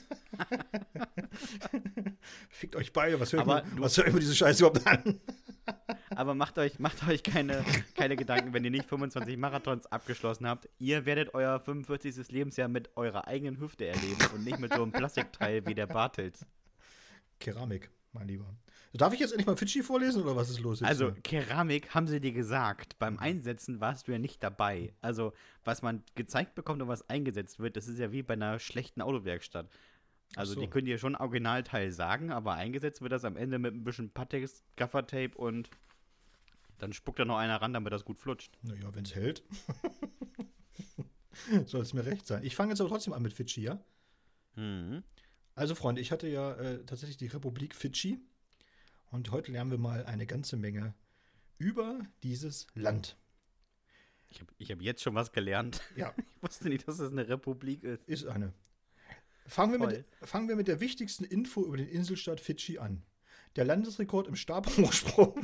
Fickt euch beide, was hört Aber man, du- was hört mir diese Scheiße überhaupt an? Aber macht euch, macht euch keine, keine Gedanken, wenn ihr nicht fünfundzwanzig Marathons abgeschlossen habt. Ihr werdet euer fünfundvierzigstes Lebensjahr mit eurer eigenen Hüfte erleben und nicht mit so einem Plastikteil wie der Bartels. Keramik, mein Lieber. Darf ich jetzt endlich mal Fidschi vorlesen oder was ist los jetzt? Also, hier? Keramik haben sie dir gesagt. Beim Einsetzen warst du ja nicht dabei. Also, was man gezeigt bekommt und was eingesetzt wird, das ist ja wie bei einer schlechten Autowerkstatt. Also, Ach so. die können dir schon Originalteil sagen, aber eingesetzt wird das am Ende mit ein bisschen Pattex, Gaffertape und dann spuckt da noch einer ran, damit das gut flutscht. Naja, wenn es hält. Soll es mir recht sein. Ich fange jetzt aber trotzdem an mit Fidschi, ja? Mhm. Also, Freunde, ich hatte ja äh, tatsächlich die Republik Fidschi und heute lernen wir mal eine ganze Menge über dieses Land. Ich habe ich hab jetzt schon was gelernt. Ja, Ich wusste nicht, dass das eine Republik ist. ist eine. Fangen wir, Toll. mit, fangen wir mit der wichtigsten Info über den Inselstaat Fidschi an. Der Landesrekord im Stabhochsprung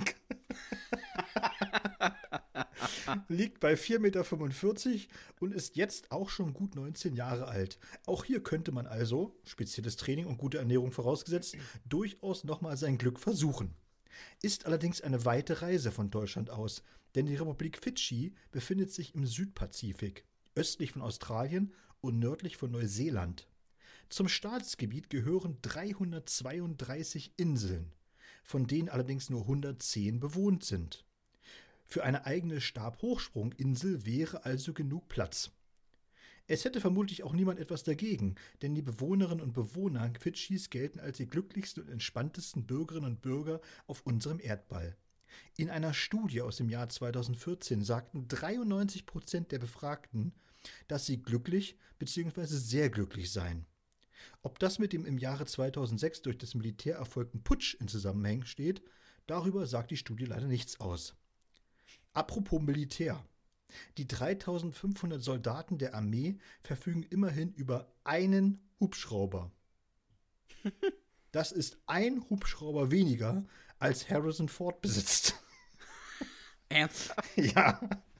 liegt bei vier Komma fünfundvierzig Meter und ist jetzt auch schon gut neunzehn Jahre alt. Auch hier könnte man also, spezielles Training und gute Ernährung vorausgesetzt, durchaus nochmal sein Glück versuchen. Ist allerdings eine weite Reise von Deutschland aus, denn die Republik Fidschi befindet sich im Südpazifik, östlich von Australien und nördlich von Neuseeland. Zum Staatsgebiet gehören dreihundertzweiunddreißig Inseln, von denen allerdings nur hundertzehn bewohnt sind. Für eine eigene Stabhochsprunginsel wäre also genug Platz. Es hätte vermutlich auch niemand etwas dagegen, denn die Bewohnerinnen und Bewohner Fidschis gelten als die glücklichsten und entspanntesten Bürgerinnen und Bürger auf unserem Erdball. In einer Studie aus dem Jahr zweitausendvierzehn sagten dreiundneunzig Prozent der Befragten, dass sie glücklich bzw. sehr glücklich seien. Ob das mit dem im Jahre zweitausendsechs durch das Militär erfolgten Putsch in Zusammenhang steht, darüber sagt die Studie leider nichts aus. Apropos Militär. Die dreitausendfünfhundert Soldaten der Armee verfügen immerhin über einen Hubschrauber. Das ist ein Hubschrauber weniger, als Harrison Ford besitzt. Ernsthaft? Ja.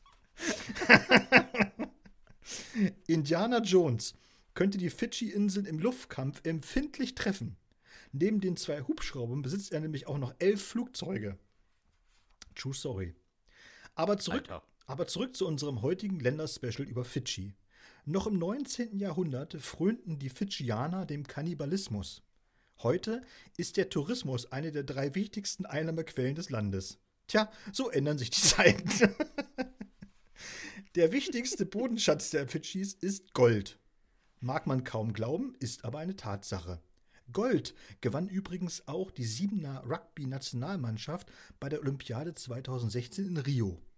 Indiana Jones könnte die Fidschi-Inseln im Luftkampf empfindlich treffen. Neben den zwei Hubschraubern besitzt er nämlich auch noch elf Flugzeuge. True story. Aber zurück, Alter. aber zurück zu unserem heutigen Länderspecial über Fidschi. Noch im neunzehnten Jahrhundert frönten die Fidschianer dem Kannibalismus. Heute ist der Tourismus eine der drei wichtigsten Einnahmequellen des Landes. Tja, so ändern sich die Zeiten. Der wichtigste Bodenschatz der Fidschis ist Gold. Mag man kaum glauben, ist aber eine Tatsache. Gold gewann übrigens auch die Siebener Rugby-Nationalmannschaft bei der Olympiade zweitausendsechzehn in Rio.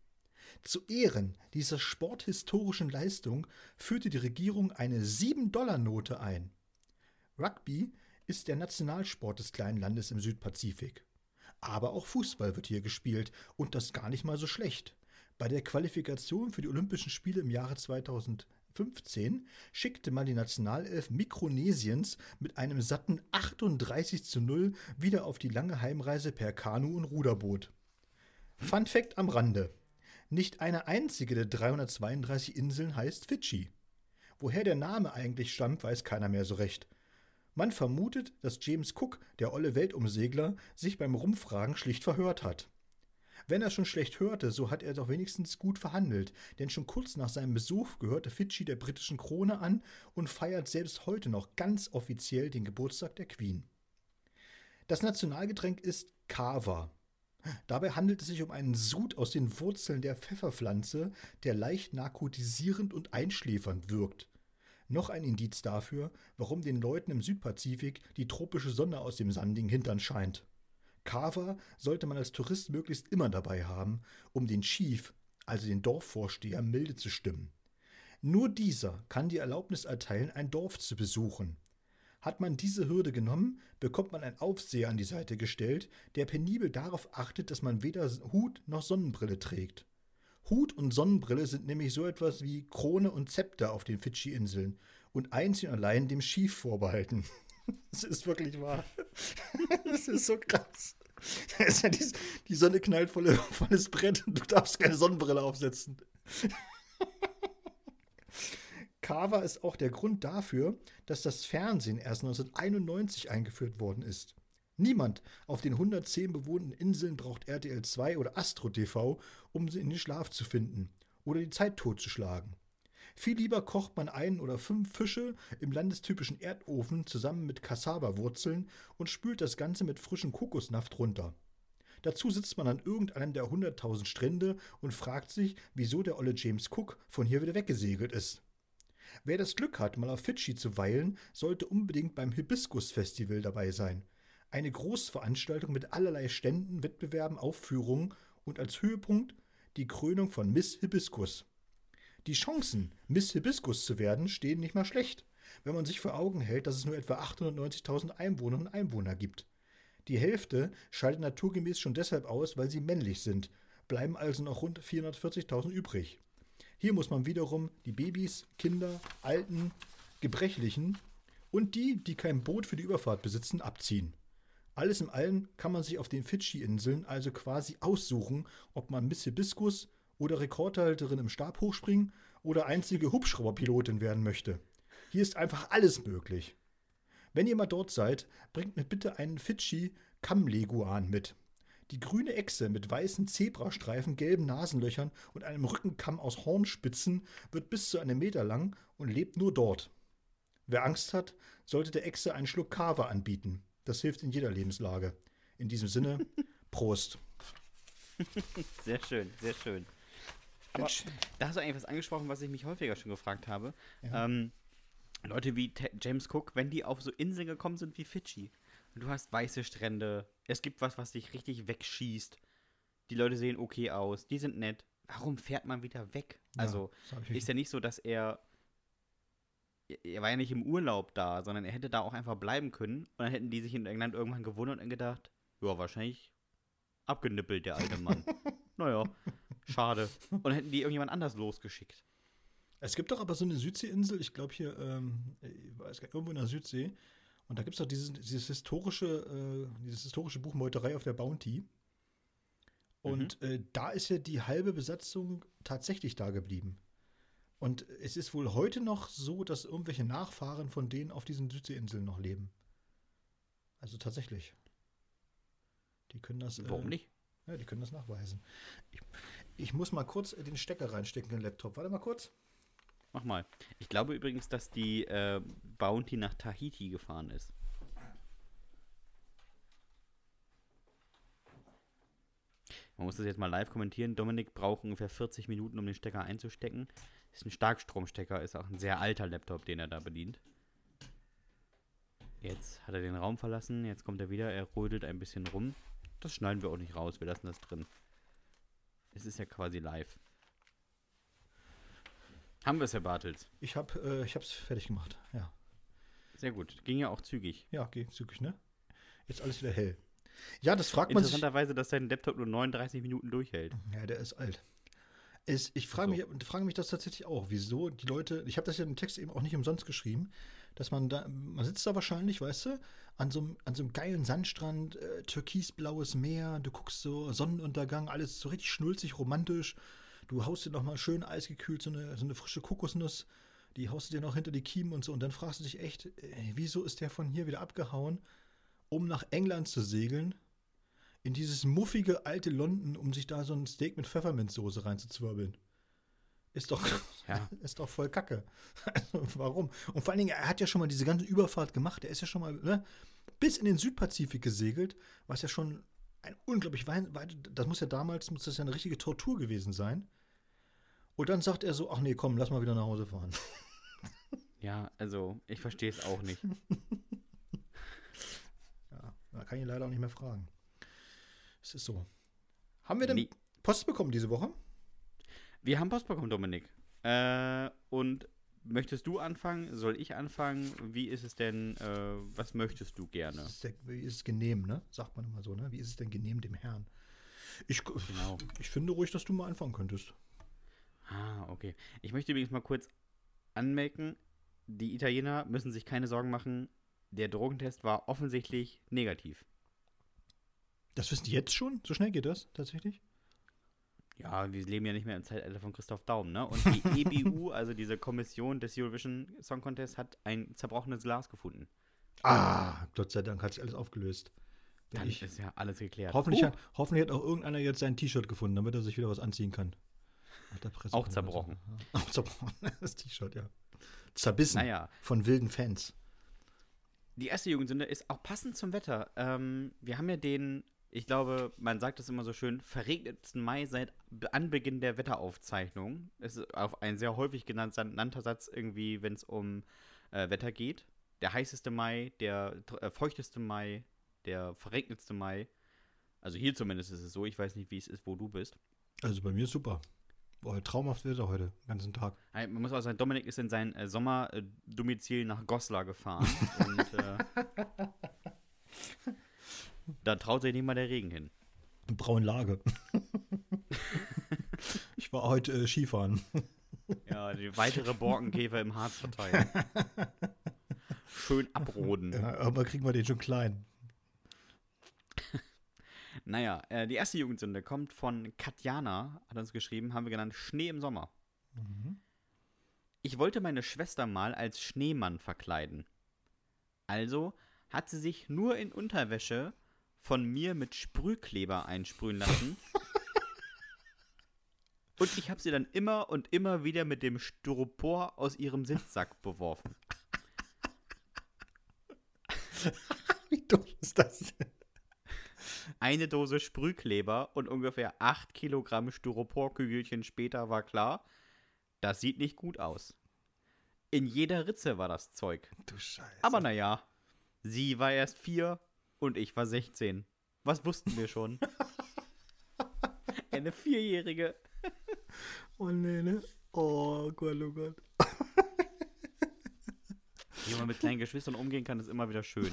Zu Ehren dieser sporthistorischen Leistung führte die Regierung eine sieben-Dollar-Note ein. Rugby ist der Nationalsport des kleinen Landes im Südpazifik. Aber auch Fußball wird hier gespielt und das gar nicht mal so schlecht. Bei der Qualifikation für die Olympischen Spiele im Jahre zweitausendfünfzehn schickte man die Nationalelf Mikronesiens mit einem satten achtunddreißig zu null wieder auf die lange Heimreise per Kanu und Ruderboot. Fun Fact am Rande: Nicht eine einzige der dreihundertzweiunddreißig Inseln heißt Fidschi. Woher der Name eigentlich stammt, weiß keiner mehr so recht. Man vermutet, dass James Cook, der olle Weltumsegler, sich beim Rumfragen schlicht verhört hat. Wenn er schon schlecht hörte, so hat er doch wenigstens gut verhandelt, denn schon kurz nach seinem Besuch gehörte Fidschi der britischen Krone an und feiert selbst heute noch ganz offiziell den Geburtstag der Queen. Das Nationalgetränk ist Kava. Dabei handelt es sich um einen Sud aus den Wurzeln der Pfefferpflanze, der leicht narkotisierend und einschläfernd wirkt. Noch ein Indiz dafür, warum den Leuten im Südpazifik die tropische Sonne aus dem sandigen Hintern scheint. Kava sollte man als Tourist möglichst immer dabei haben, um den Chief, also den Dorfvorsteher, milde zu stimmen. Nur dieser kann die Erlaubnis erteilen, ein Dorf zu besuchen. Hat man diese Hürde genommen, bekommt man einen Aufseher an die Seite gestellt, der penibel darauf achtet, dass man weder Hut noch Sonnenbrille trägt. Hut und Sonnenbrille sind nämlich so etwas wie Krone und Zepter auf den Fidschi-Inseln und einzig und allein dem Chief vorbehalten. Das ist wirklich wahr. Das ist so krass. Ist ja die, die Sonne knallt voll, volles Brett und du darfst keine Sonnenbrille aufsetzen. Kava ist auch der Grund dafür, dass das Fernsehen erst neunzehnhunderteinundneunzig eingeführt worden ist. Niemand auf den hundertzehn bewohnten Inseln braucht R T L zwei oder Astro T V, um sie in den Schlaf zu finden oder die Zeit totzuschlagen. Viel lieber kocht man einen oder fünf Fische im landestypischen Erdofen zusammen mit Cassava-Wurzeln und spült das Ganze mit frischem Kokosnaft runter. Dazu sitzt man an irgendeinem der hunderttausend Strände und fragt sich, wieso der olle James Cook von hier wieder weggesegelt ist. Wer das Glück hat, mal auf Fidschi zu weilen, sollte unbedingt beim Hibiskus-Festival dabei sein. Eine Großveranstaltung mit allerlei Ständen, Wettbewerben, Aufführungen und als Höhepunkt die Krönung von Miss Hibiskus. Die Chancen, Miss Hibiskus zu werden, stehen nicht mal schlecht, wenn man sich vor Augen hält, dass es nur etwa achthundertneunzigtausend Einwohnerinnen und Einwohner gibt. Die Hälfte scheidet naturgemäß schon deshalb aus, weil sie männlich sind, bleiben also noch rund vierhundertvierzigtausend übrig. Hier muss man wiederum die Babys, Kinder, Alten, Gebrechlichen und die, die kein Boot für die Überfahrt besitzen, abziehen. Alles in allem kann man sich auf den Fidschi-Inseln also quasi aussuchen, ob man Miss Hibiskus oder Rekordhalterin im Stabhochspringen oder einzige Hubschrauberpilotin werden möchte. Hier ist einfach alles möglich. Wenn ihr mal dort seid, bringt mir bitte einen Fidschi-Kammleguan mit. Die grüne Echse mit weißen Zebrastreifen, gelben Nasenlöchern und einem Rückenkamm aus Hornspitzen wird bis zu einem Meter lang und lebt nur dort. Wer Angst hat, sollte der Echse einen Schluck Kava anbieten. Das hilft in jeder Lebenslage. In diesem Sinne, Prost. Sehr schön, sehr schön. Aber da hast du eigentlich was angesprochen, was ich mich häufiger schon gefragt habe. Ja. Ähm, Leute wie T- James Cook, wenn die auf so Inseln gekommen sind wie Fidschi, und du hast weiße Strände, es gibt was, was dich richtig wegschießt, die Leute sehen okay aus, die sind nett, warum fährt man wieder weg? Ja, also ist ja nicht so, dass er, er war ja nicht im Urlaub da, sondern er hätte da auch einfach bleiben können und dann hätten die sich in England irgendwann gewundert und gedacht, ja, wahrscheinlich abgenippelt, der alte Mann. Naja, schade. Und dann hätten die irgendjemand anders losgeschickt. Es gibt doch aber so eine Südseeinsel, ich glaube hier, ähm, ich weiß gar nicht, irgendwo in der Südsee. Und da gibt es doch dieses, dieses historische, äh, dieses historische Buch Meuterei auf der Bounty. Und mhm. äh, da ist ja die halbe Besatzung tatsächlich da geblieben. Und es ist wohl heute noch so, dass irgendwelche Nachfahren von denen auf diesen Südseeinseln noch leben. Also tatsächlich. Die können das. Warum äh, nicht? Ja, die können das nachweisen. Ich, ich muss mal kurz den Stecker reinstecken in den Laptop. Warte mal kurz. Mach mal. Ich glaube übrigens, dass die äh, Bounty nach Tahiti gefahren ist. Man muss das jetzt mal live kommentieren. Dominik braucht ungefähr vierzig Minuten, um den Stecker einzustecken. Ist ein Starkstromstecker, ist auch ein sehr alter Laptop, den er da bedient. Jetzt hat er den Raum verlassen, jetzt kommt er wieder, er rödelt ein bisschen rum. Das schneiden wir auch nicht raus, wir lassen das drin. Es ist ja quasi live. Haben wir es, Herr Bartels. Ich habe äh, ich hab's fertig gemacht, ja. Sehr gut. Ging ja auch zügig. Ja, geht zügig, ne? Jetzt alles wieder hell. Ja, das fragt man sich. Interessanterweise, dass dein Laptop nur neununddreißig Minuten durchhält. Ja, der ist alt. Es, ich frage Ach so. mich, frage mich das tatsächlich auch, wieso die Leute, ich habe das ja im Text eben auch nicht umsonst geschrieben, dass man da, man sitzt da wahrscheinlich, weißt du, an so einem, an so einem geilen Sandstrand, äh, türkisblaues Meer, du guckst so Sonnenuntergang, alles so richtig schnulzig, romantisch. Du haust dir noch mal schön eisgekühlt so eine, so eine frische Kokosnuss, die haust du dir noch hinter die Kiemen und so und dann fragst du dich echt, ey, wieso ist der von hier wieder abgehauen, um nach England zu segeln, in dieses muffige alte London, um sich da so ein Steak mit Pfefferminzsoße reinzuzwirbeln. Ist doch, Ja. ist doch voll Kacke. Also, warum? Und vor allen Dingen, er hat ja schon mal diese ganze Überfahrt gemacht. Er ist ja schon mal ne, bis in den Südpazifik gesegelt, was ja schon ein unglaublich weit, weit, das muss ja damals, muss das ja eine richtige Tortur gewesen sein. Und dann sagt er so, ach nee, komm, lass mal wieder nach Hause fahren. Ja, also, ich verstehe es auch nicht. Ja, da kann ich ihn leider auch nicht mehr fragen. Es ist so. Haben wir denn Nee. Post bekommen diese Woche? Wir haben Post bekommen, Dominik. Äh, und möchtest du anfangen? Soll ich anfangen? Wie ist es denn, äh, was möchtest du gerne? Ist der, wie ist es genehm, ne? Sagt man immer so, ne? Wie ist es denn genehm dem Herrn? Ich, Genau. ich finde ruhig, dass du mal anfangen könntest. Ah, okay. Ich möchte übrigens mal kurz anmerken, die Italiener müssen sich keine Sorgen machen. Der Drogentest war offensichtlich negativ. Das wissen die jetzt schon? So schnell geht das tatsächlich? Ja, wir leben ja nicht mehr im Zeitalter von Christoph Daum, ne? Und die E B U, also diese Kommission des Eurovision Song Contest, hat ein zerbrochenes Glas gefunden. Ah, Gott sei Dank hat sich alles aufgelöst. Wenn Dann ich, ist ja alles geklärt. hoffentlich, Puh, hat, hoffentlich hat auch irgendeiner jetzt sein T-Shirt gefunden, damit er sich wieder was anziehen kann. Auf der Presse- Auch zerbrochen. Ja. Auch zerbrochen, das T-Shirt, ja. Zerbissen naja, von wilden Fans. die erste Jugendsünde ist auch passend zum Wetter. Ähm, wir haben ja den, ich glaube, man sagt es immer so schön, verregnetsten Mai seit Be- Anbeginn der Wetteraufzeichnung. Es ist auf ein sehr häufig genannter genannter Satz irgendwie, wenn es um äh, Wetter geht. Der heißeste Mai, der tr- äh, feuchteste Mai, der verregnetste Mai. Also hier zumindest ist es so. Ich weiß nicht, wie es ist, wo du bist. Also bei mir ist super. Boah, traumhaft Wetter heute, den ganzen Tag. Äh, Man muss auch sagen, Dominik ist in sein äh, Sommerdomizil nach Goslar gefahren. und äh, da traut sich nicht mal der Regen hin. Braunlage. Ich war heute äh, Skifahren. Ja, die weitere Borkenkäfer im Harz verteilen. Schön abroden. Ja, aber kriegen wir den schon klein. Naja, äh, die erste Jugendsünde kommt von Katjana, hat uns geschrieben, haben wir genannt Schnee im Sommer. Mhm. Ich wollte meine Schwester mal als Schneemann verkleiden. Also hat sie sich nur in Unterwäsche von mir mit Sprühkleber einsprühen lassen. Und ich habe sie dann immer und immer wieder mit dem Styropor aus ihrem Sitzsack beworfen. Wie doof ist das denn? Eine Dose Sprühkleber und ungefähr acht Kilogramm Styroporkügelchen später war klar, das sieht nicht gut aus. In jeder Ritze war das Zeug. Du Scheiße. Aber naja, sie war erst vier und ich war sechzehn. Was wussten wir schon? Eine Vierjährige. Oh nee, ne? Oh Gott, oh Gott. Wie man mit kleinen Geschwistern umgehen kann, ist immer wieder schön.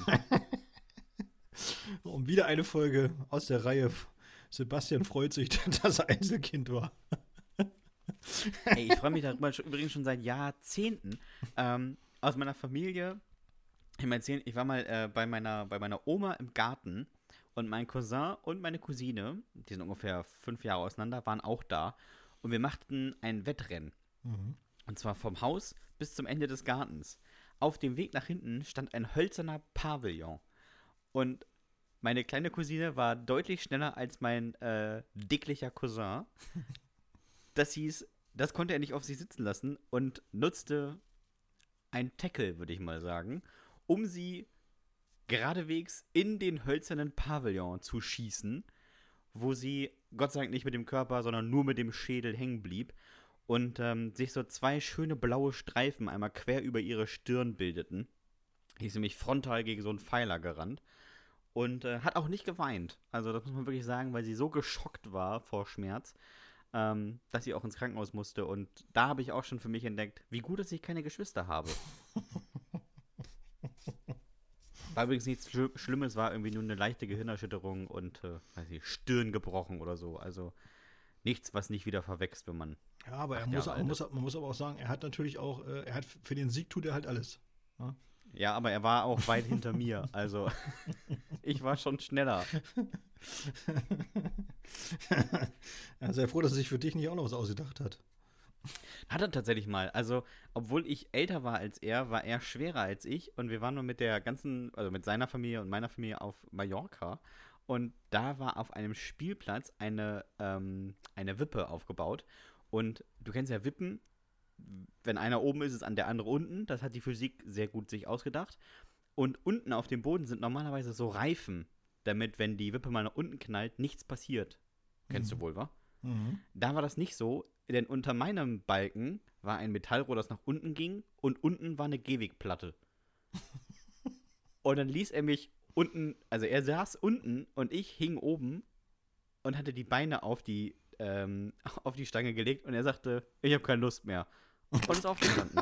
Und wieder eine Folge aus der Reihe. Sebastian freut sich, dass er Einzelkind war. Ey, ich freue mich darüber schon, übrigens schon seit Jahrzehnten. Ähm, aus meiner Familie, ich, mein, ich war mal äh, bei, meiner, bei meiner Oma im Garten und mein Cousin und meine Cousine, die sind ungefähr fünf Jahre auseinander, waren auch da. Und wir machten ein Wettrennen. Mhm. Und zwar vom Haus bis zum Ende des Gartens. Auf dem Weg nach hinten stand ein hölzerner Pavillon. Und meine kleine Cousine war deutlich schneller als mein äh, dicklicher Cousin. Das hieß, das konnte er nicht auf sich sitzen lassen und nutzte ein Tackle, würde ich mal sagen, um sie geradewegs in den hölzernen Pavillon zu schießen, wo sie Gott sei Dank nicht mit dem Körper, sondern nur mit dem Schädel hängen blieb und ähm, sich so zwei schöne blaue Streifen einmal quer über ihre Stirn bildeten. Die ist nämlich frontal gegen so einen Pfeiler gerannt und äh, hat auch nicht geweint. Also das muss man wirklich sagen, weil sie so geschockt war vor Schmerz. ähm, dass sie auch ins Krankenhaus musste. Und da habe ich auch schon für mich entdeckt, wie gut, dass ich keine Geschwister habe. War übrigens nichts Schli- Schlimmes, war irgendwie nur eine leichte Gehirnerschütterung und, äh, weiß ich, Stirn gebrochen oder so. Also nichts, was nicht wieder verwächst, wenn man Ja, aber er acht muss, Jahre man, alt muss, man muss aber auch sagen, er hat natürlich auch, äh, er hat für den Sieg tut er halt alles. Ja? Ja, aber er war auch weit hinter mir. Also, ich war schon schneller. Ja, sehr froh, dass er sich für dich nicht auch noch was ausgedacht hat. Hat er tatsächlich mal. Also, obwohl ich älter war als er, war er schwerer als ich. Und wir waren nur mit der ganzen, also mit seiner Familie und meiner Familie auf Mallorca. Und da war auf einem Spielplatz eine, ähm, eine Wippe aufgebaut. Und du kennst ja Wippen. Wenn einer oben ist, ist an der andere unten. Das hat die Physik sehr gut sich ausgedacht. Und unten auf dem Boden sind normalerweise so Reifen, damit, wenn die Wippe mal nach unten knallt, nichts passiert. Kennst Mhm. du wohl, wa? Mhm. Da war das nicht so, denn unter meinem Balken war ein Metallrohr, das nach unten ging und unten war eine Gehwegplatte. Und dann ließ er mich unten, also er saß unten und ich hing oben und hatte die Beine auf die, ähm, auf die Stange gelegt und er sagte, ich habe keine Lust mehr. Und ist aufgestanden.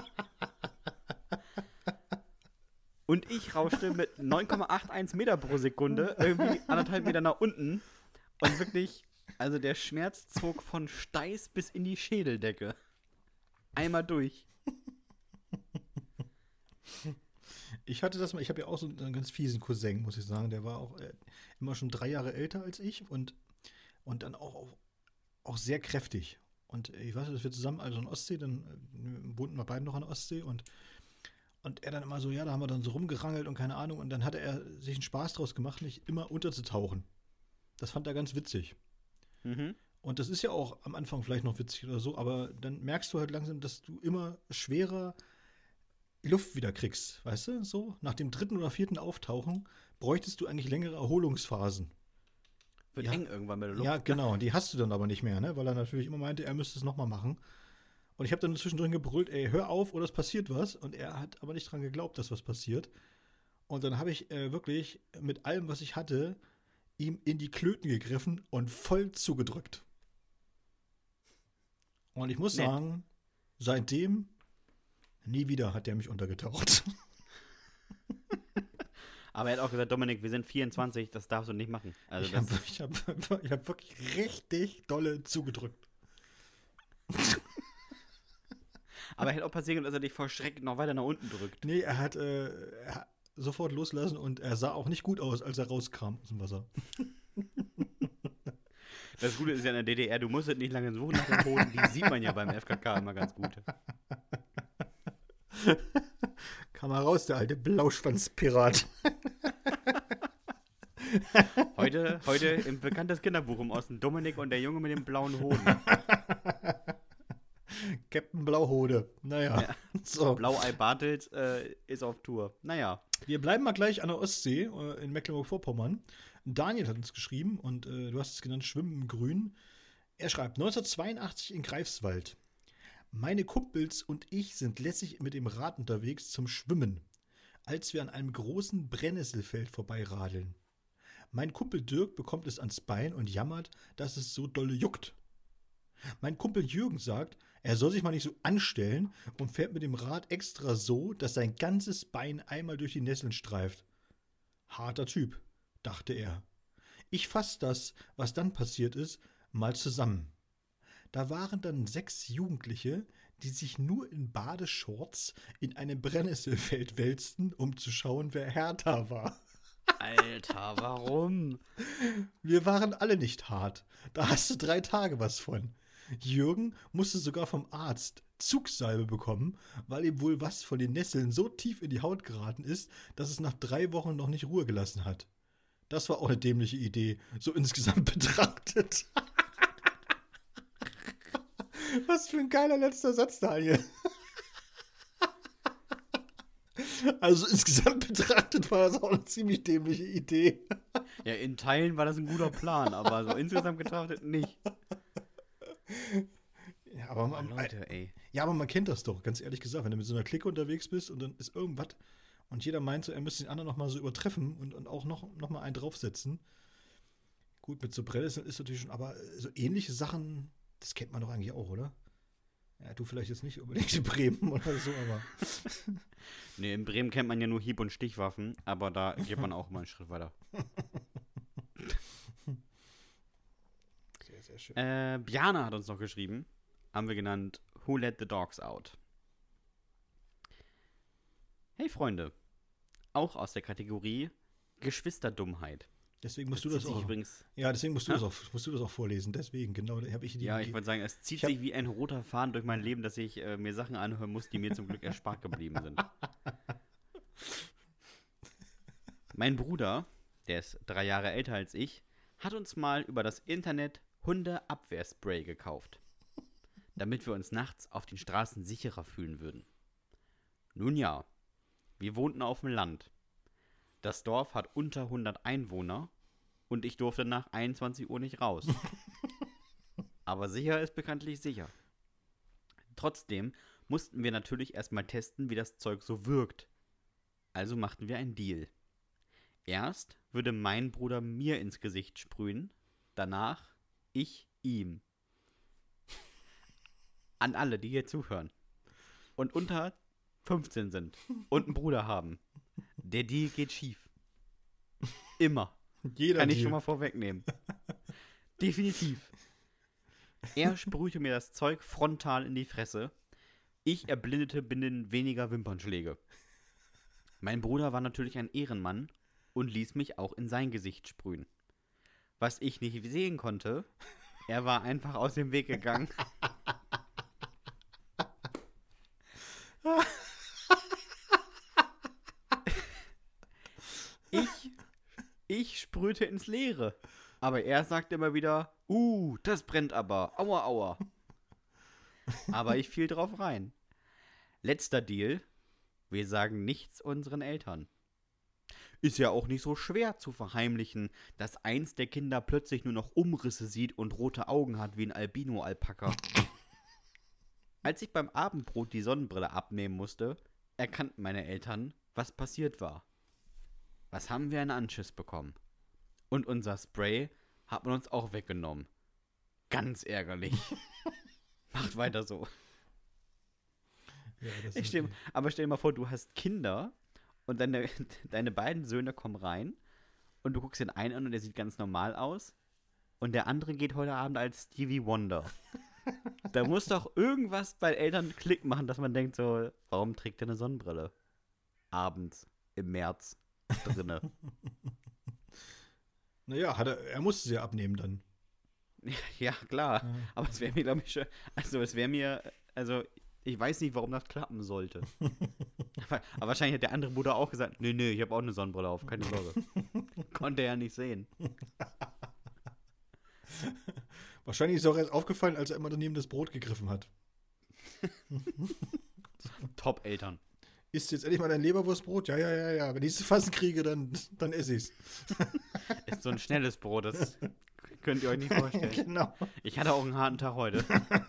Und ich rauschte mit neun Komma einundachtzig Meter pro Sekunde irgendwie anderthalb Meter nach unten und wirklich, also der Schmerz zog von Steiß bis in die Schädeldecke. Einmal durch. Ich hatte das mal, ich habe ja auch so einen ganz fiesen Cousin, muss ich sagen. Der war auch äh, immer schon drei Jahre älter als ich und, und dann auch, auch, auch sehr kräftig. Und ich weiß, dass wir zusammen, also in Ostsee, dann äh, wohnten wir beide noch an der Ostsee und, und er dann immer so, ja, da haben wir dann so rumgerangelt und keine Ahnung. Und dann hatte er sich einen Spaß draus gemacht, nicht immer unterzutauchen. Das fand er ganz witzig. Mhm. Und das ist ja auch am Anfang vielleicht noch witzig oder so, aber dann merkst du halt langsam, dass du immer schwerer Luft wieder kriegst, weißt du? So, nach dem dritten oder vierten Auftauchen bräuchtest du eigentlich längere Erholungsphasen. Wird Ja. eng irgendwann mit der Luft. Ja, genau, die hast du dann aber nicht mehr, ne? Weil er natürlich immer meinte, er müsste es nochmal machen. Und ich habe dann zwischendrin gebrüllt, ey, hör auf oder es passiert was. Und er hat aber nicht dran geglaubt, dass was passiert. Und dann habe ich äh, wirklich mit allem, was ich hatte, ihm in die Klöten gegriffen und voll zugedrückt. Und ich muss Nett. sagen, seitdem nie wieder hat der mich untergetaucht. Aber er hat auch gesagt, Dominik, wir sind vierundzwanzig, das darfst du nicht machen. Also ich das, habe ich hab, ich hab wirklich richtig dolle zugedrückt. aber hätte auch passieren können, dass er dich vor Schreck noch weiter nach unten drückt. Nee, er hat, äh, er hat sofort loslassen und er sah auch nicht gut aus, als er rauskam aus dem Wasser. Das Gute ist ja in der D D R, du musst nicht lange suchen nach den Hoden, die sieht man ja beim F K K immer ganz gut. Kam mal raus, der alte Blauschwanzpirat. Heute, heute im bekanntes Kinderbuch im Osten, Dominik und der Junge mit dem blauen Hoden. Captain Blauhode. Naja. Ja. So. Blauei Bartels äh, ist auf Tour. Naja. Wir bleiben mal gleich an der Ostsee äh, in Mecklenburg-Vorpommern. Daniel hat uns geschrieben und äh, du hast es genannt, Schwimmen im Grün. Er schreibt, neunzehnhundertzweiundachtzig in Greifswald. Meine Kumpels und ich sind lässig mit dem Rad unterwegs zum Schwimmen, als wir an einem großen Brennnesselfeld vorbeiradeln. Mein Kumpel Dirk bekommt es ans Bein und jammert, dass es so dolle juckt. Mein Kumpel Jürgen sagt, er soll sich mal nicht so anstellen und fährt mit dem Rad extra so, dass sein ganzes Bein einmal durch die Nesseln streift. Harter Typ, dachte er. Ich fasse das, was dann passiert ist, mal zusammen. Da waren dann sechs Jugendliche, die sich nur in Badeshorts in einem Brennnesselfeld wälzten, um zu schauen, wer härter war. Alter, warum? Wir waren alle nicht hart. Da hast du drei Tage was von. Jürgen musste sogar vom Arzt Zugsalbe bekommen, weil ihm wohl was von den Nesseln so tief in die Haut geraten ist, dass es nach drei Wochen noch nicht Ruhe gelassen hat. Das war auch eine dämliche Idee, so insgesamt betrachtet. Was für ein geiler letzter Satz, Daniel. Also insgesamt betrachtet war das auch eine ziemlich dämliche Idee. Ja, in Teilen war das ein guter Plan, aber so insgesamt betrachtet nicht. Ja, aber Oh, man, Leute, ey. ja, aber man kennt das doch, ganz ehrlich gesagt, wenn du mit so einer Clique unterwegs bist und dann ist irgendwas und jeder meint so, er müsste den anderen nochmal so übertreffen und, und auch noch, noch mal einen draufsetzen. Gut, mit so Brennnesseln ist natürlich schon, aber so ähnliche Sachen Das kennt man doch eigentlich auch, oder? Ja, du vielleicht jetzt nicht unbedingt in Bremen oder so, aber. Nee, in Bremen kennt man ja nur Hieb- und Stichwaffen, aber da geht man auch mal einen Schritt weiter. Sehr, sehr schön. Äh, Bjana hat uns noch geschrieben, haben wir genannt Who Let the Dogs Out? Hey Freunde, auch aus der Kategorie Geschwisterdummheit. Deswegen musst Das du das zieht sich auch. übrigens, Ja, deswegen musst du, Ja. das auch, musst du das auch vorlesen. Deswegen, genau, da habe ich die ja, ich Idee. wollte sagen, es zieht Ich hab- sich wie ein roter Faden durch mein Leben, dass ich äh, mir Sachen anhören muss, die mir zum Glück erspart geblieben sind. Mein Bruder, der ist drei Jahre älter als ich, hat uns mal über das Internet Hundeabwehrspray gekauft, damit wir uns nachts auf den Straßen sicherer fühlen würden. Nun ja, wir wohnten auf dem Land. Das Dorf hat unter hundert Einwohner und ich durfte nach einundzwanzig Uhr nicht raus. Aber sicher ist bekanntlich sicher. Trotzdem mussten wir natürlich erstmal testen, wie das Zeug so wirkt. Also machten wir einen Deal. Erst würde mein Bruder mir ins Gesicht sprühen, danach ich ihm. An alle, die hier zuhören und unter fünfzehn sind und einen Bruder haben. Der Deal geht schief. Immer. Jeder Kann ich Deal. schon mal vorwegnehmen. Definitiv. Er sprühte mir das Zeug frontal in die Fresse. Ich erblindete binnen weniger Wimpernschläge. Mein Bruder war natürlich ein Ehrenmann und ließ mich auch in sein Gesicht sprühen. Was ich nicht sehen konnte, er war einfach aus dem Weg gegangen. Ich, ich sprühte ins Leere. Aber er sagte immer wieder, uh, das brennt aber, aua, aua. Aber ich fiel drauf rein. Letzter Deal, wir sagen nichts unseren Eltern. Ist ja auch nicht so schwer zu verheimlichen, dass eins der Kinder plötzlich nur noch Umrisse sieht und rote Augen hat wie ein Albino-Alpaka. Als ich beim Abendbrot die Sonnenbrille abnehmen musste, erkannten meine Eltern, was passiert war. Was haben wir einen Anschiss bekommen? Und unser Spray hat man uns auch weggenommen. Ganz ärgerlich. Macht weiter so. Ja, das Ich ist stell, okay. aber stell dir mal vor, du hast Kinder und deine, deine beiden Söhne kommen rein und du guckst den einen an und der sieht ganz normal aus und der andere geht heute Abend als Stevie Wonder. Da muss doch irgendwas bei Eltern Klick machen, dass man denkt so, warum trägt der eine Sonnenbrille? Abends, im März, drinne. Naja, hat er, er musste sie ja abnehmen dann. Ja, klar. Ja. Aber es wäre mir, glaube ich, schon, also es wäre mir, also ich weiß nicht, warum das klappen sollte. aber, aber wahrscheinlich hat der andere Bruder auch gesagt, nee, nee, ich habe auch eine Sonnenbrille auf, keine Sorge. Konnte er ja nicht sehen. Wahrscheinlich ist er auch erst aufgefallen, als er immer daneben das Brot gegriffen hat. Top-Eltern. Isst jetzt endlich mal dein Leberwurstbrot? Ja, ja, ja, ja. Wenn ich es zu fassen kriege, dann, dann esse ich's. Ist so ein schnelles Brot, das könnt ihr euch nicht vorstellen. Genau. Ich hatte auch einen harten Tag heute.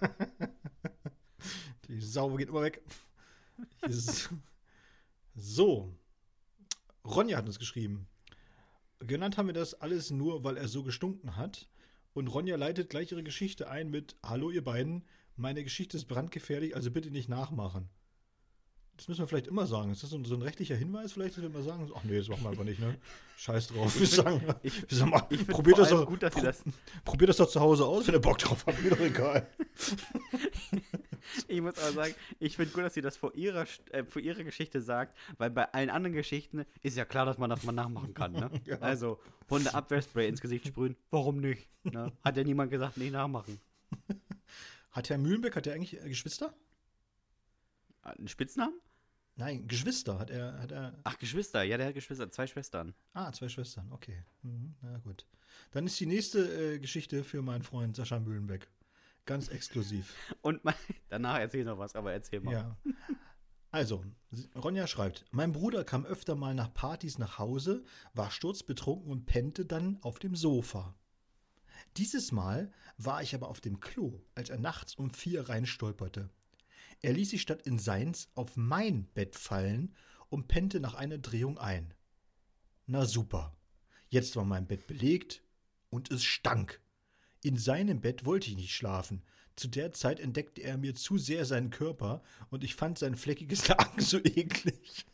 Die Sau geht immer weg. Ist- So. Ronja hat uns geschrieben. Genannt haben wir das alles nur, weil er so gestunken hat. Und Ronja leitet gleich ihre Geschichte ein mit: Hallo ihr beiden, meine Geschichte ist brandgefährlich, also bitte nicht nachmachen. Das müssen wir vielleicht immer sagen. Ist das so ein, so ein rechtlicher Hinweis vielleicht, dass wir mal sagen, ach nee, das machen wir einfach nicht, ne? Scheiß drauf. Wir sagen, Ich, wir sagen mal, ich finde probiert, vor das allem doch, gut, dass ihr das, probiert das doch zu Hause aus, wenn ihr Bock drauf habt, mir doch egal. ich muss aber sagen, ich finde gut, dass sie das vor ihrer, St- äh, vor ihrer Geschichte sagt, weil bei allen anderen Geschichten ist ja klar, dass man das mal nachmachen kann, ne? Ja. Also, Hundeabwehrspray ins Gesicht sprühen, warum nicht? Ne? Hat ja niemand gesagt, nicht nachmachen. Hat Herr Mühlenbeck, hat er eigentlich äh, Geschwister? Einen Spitznamen? Nein, Geschwister. Hat er, hat er. Ach, Geschwister, ja, der hat Geschwister, zwei Schwestern. Ah, zwei Schwestern, okay. Mhm, na gut. Dann ist die nächste äh, Geschichte für meinen Freund Sascha Mühlenbeck. Ganz exklusiv. Und mein, danach erzähl ich noch was, aber erzähl mal. Ja. Also, Ronja schreibt: Mein Bruder kam öfter mal nach Partys nach Hause, war sturzbetrunken und pennte dann auf dem Sofa. Dieses Mal war ich aber auf dem Klo, als er nachts um vier reinstolperte. Er ließ sich statt in seins auf mein Bett fallen und pennte nach einer Drehung ein. Na super. Jetzt war mein Bett belegt und es stank. In seinem Bett wollte ich nicht schlafen. Zu der Zeit entdeckte er mir zu sehr seinen Körper und ich fand sein fleckiges Laken so eklig.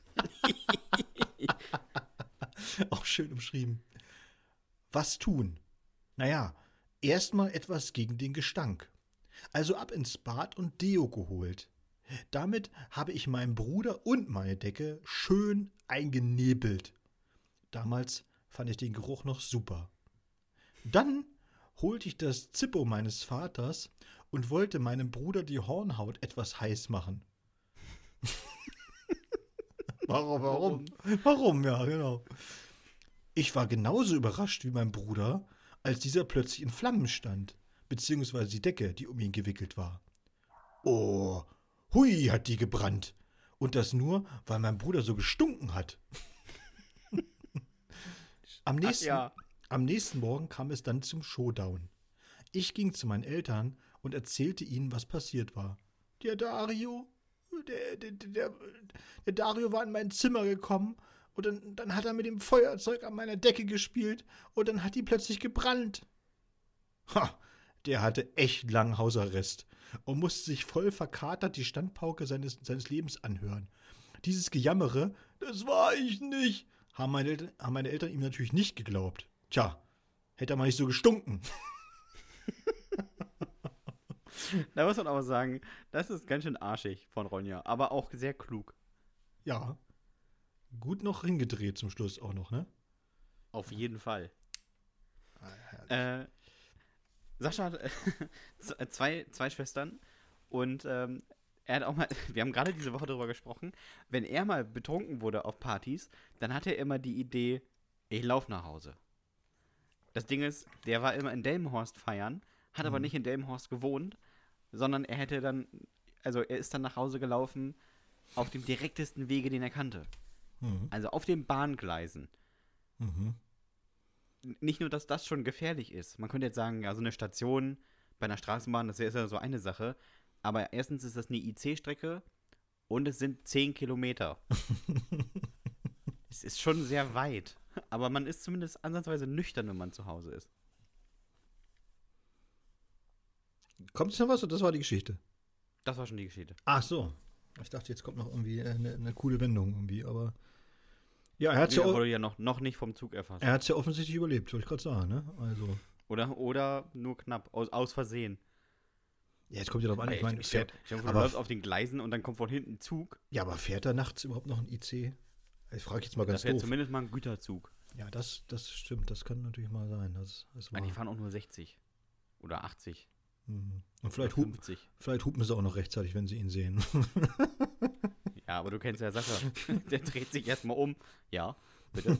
Auch schön umschrieben. Was tun? Naja, erstmal etwas gegen den Gestank. Also ab ins Bad und Deo geholt. Damit habe ich meinen Bruder und meine Decke schön eingenebelt. Damals fand ich den Geruch noch super. Dann holte ich das Zippo meines Vaters und wollte meinem Bruder die Hornhaut etwas heiß machen. Warum, warum? Warum, ja, genau. Ich war genauso überrascht wie mein Bruder, als dieser plötzlich in Flammen stand, beziehungsweise die Decke, die um ihn gewickelt war. Oh, hui, hat die gebrannt. Und das nur, weil mein Bruder so gestunken hat. Am nächsten, ja. am nächsten Morgen kam es dann zum Showdown. Ich ging zu meinen Eltern und erzählte ihnen, was passiert war. Der Dario, der, der, der, der Dario war in mein Zimmer gekommen und dann, dann hat er mit dem Feuerzeug an meiner Decke gespielt und dann hat die plötzlich gebrannt. Ha, der hatte echt langen Hausarrest und musste sich voll verkatert die Standpauke seines, seines Lebens anhören. Dieses Gejammere, das war ich nicht, haben meine, Eltern, haben meine Eltern ihm natürlich nicht geglaubt. Tja, hätte er mal nicht so gestunken. Da muss man aber sagen, das ist ganz schön arschig von Ronja, aber auch sehr klug. Ja, gut noch hingedreht zum Schluss auch noch, ne? Auf jeden Fall. Ah, Äh, Sascha hat äh, zwei, zwei Schwestern und ähm, er hat auch mal, wir haben gerade diese Woche darüber gesprochen, wenn er mal betrunken wurde auf Partys, dann hatte er immer die Idee, ich laufe nach Hause. Das Ding ist, der war immer in Delmenhorst feiern, hat aber Mhm. nicht in Delmenhorst gewohnt, sondern er hätte dann, also er ist dann nach Hause gelaufen auf dem direktesten Wege, den er kannte. Mhm. Also auf den Bahngleisen. Mhm. Nicht nur, dass das schon gefährlich ist. Man könnte jetzt sagen, ja, so eine Station bei einer Straßenbahn, das ist ja so eine Sache. Aber erstens ist das eine I C-Strecke und es sind zehn Kilometer. Es ist schon sehr weit. Aber man ist zumindest ansatzweise nüchtern, wenn man zu Hause ist. Kommt jetzt noch was oder das war die Geschichte? Das war schon die Geschichte. Ach so. Ich dachte, jetzt kommt noch irgendwie eine, eine coole Wendung irgendwie, aber ja, er hat es Ja, ja, wurde ja noch, noch nicht vom Zug erfasst. er hat's ja offensichtlich überlebt, wollte ich gerade sagen, ne? Also, Oder, oder nur knapp, aus, aus Versehen. ja, jetzt kommt ja drauf an, ich meine, stell, fährt, stell dir vor, du aber- läufst auf den Gleisen und dann kommt von hinten ein Zug. ja, aber fährt da nachts überhaupt noch ein I C? Ich frage jetzt mal ganz Das wäre doof. zumindest mal ein Güterzug. Ja, das, das stimmt, das kann natürlich mal sein. Das, das Ich meine, war. die fahren auch nur sechzig. Oder achtzig. Mhm. Und vielleicht, oder hupen, fünfzig. vielleicht hupen sie auch noch rechtzeitig, wenn sie ihn sehen. Ja, aber du kennst ja Sascha. Der dreht sich erstmal um. Ja, bitte.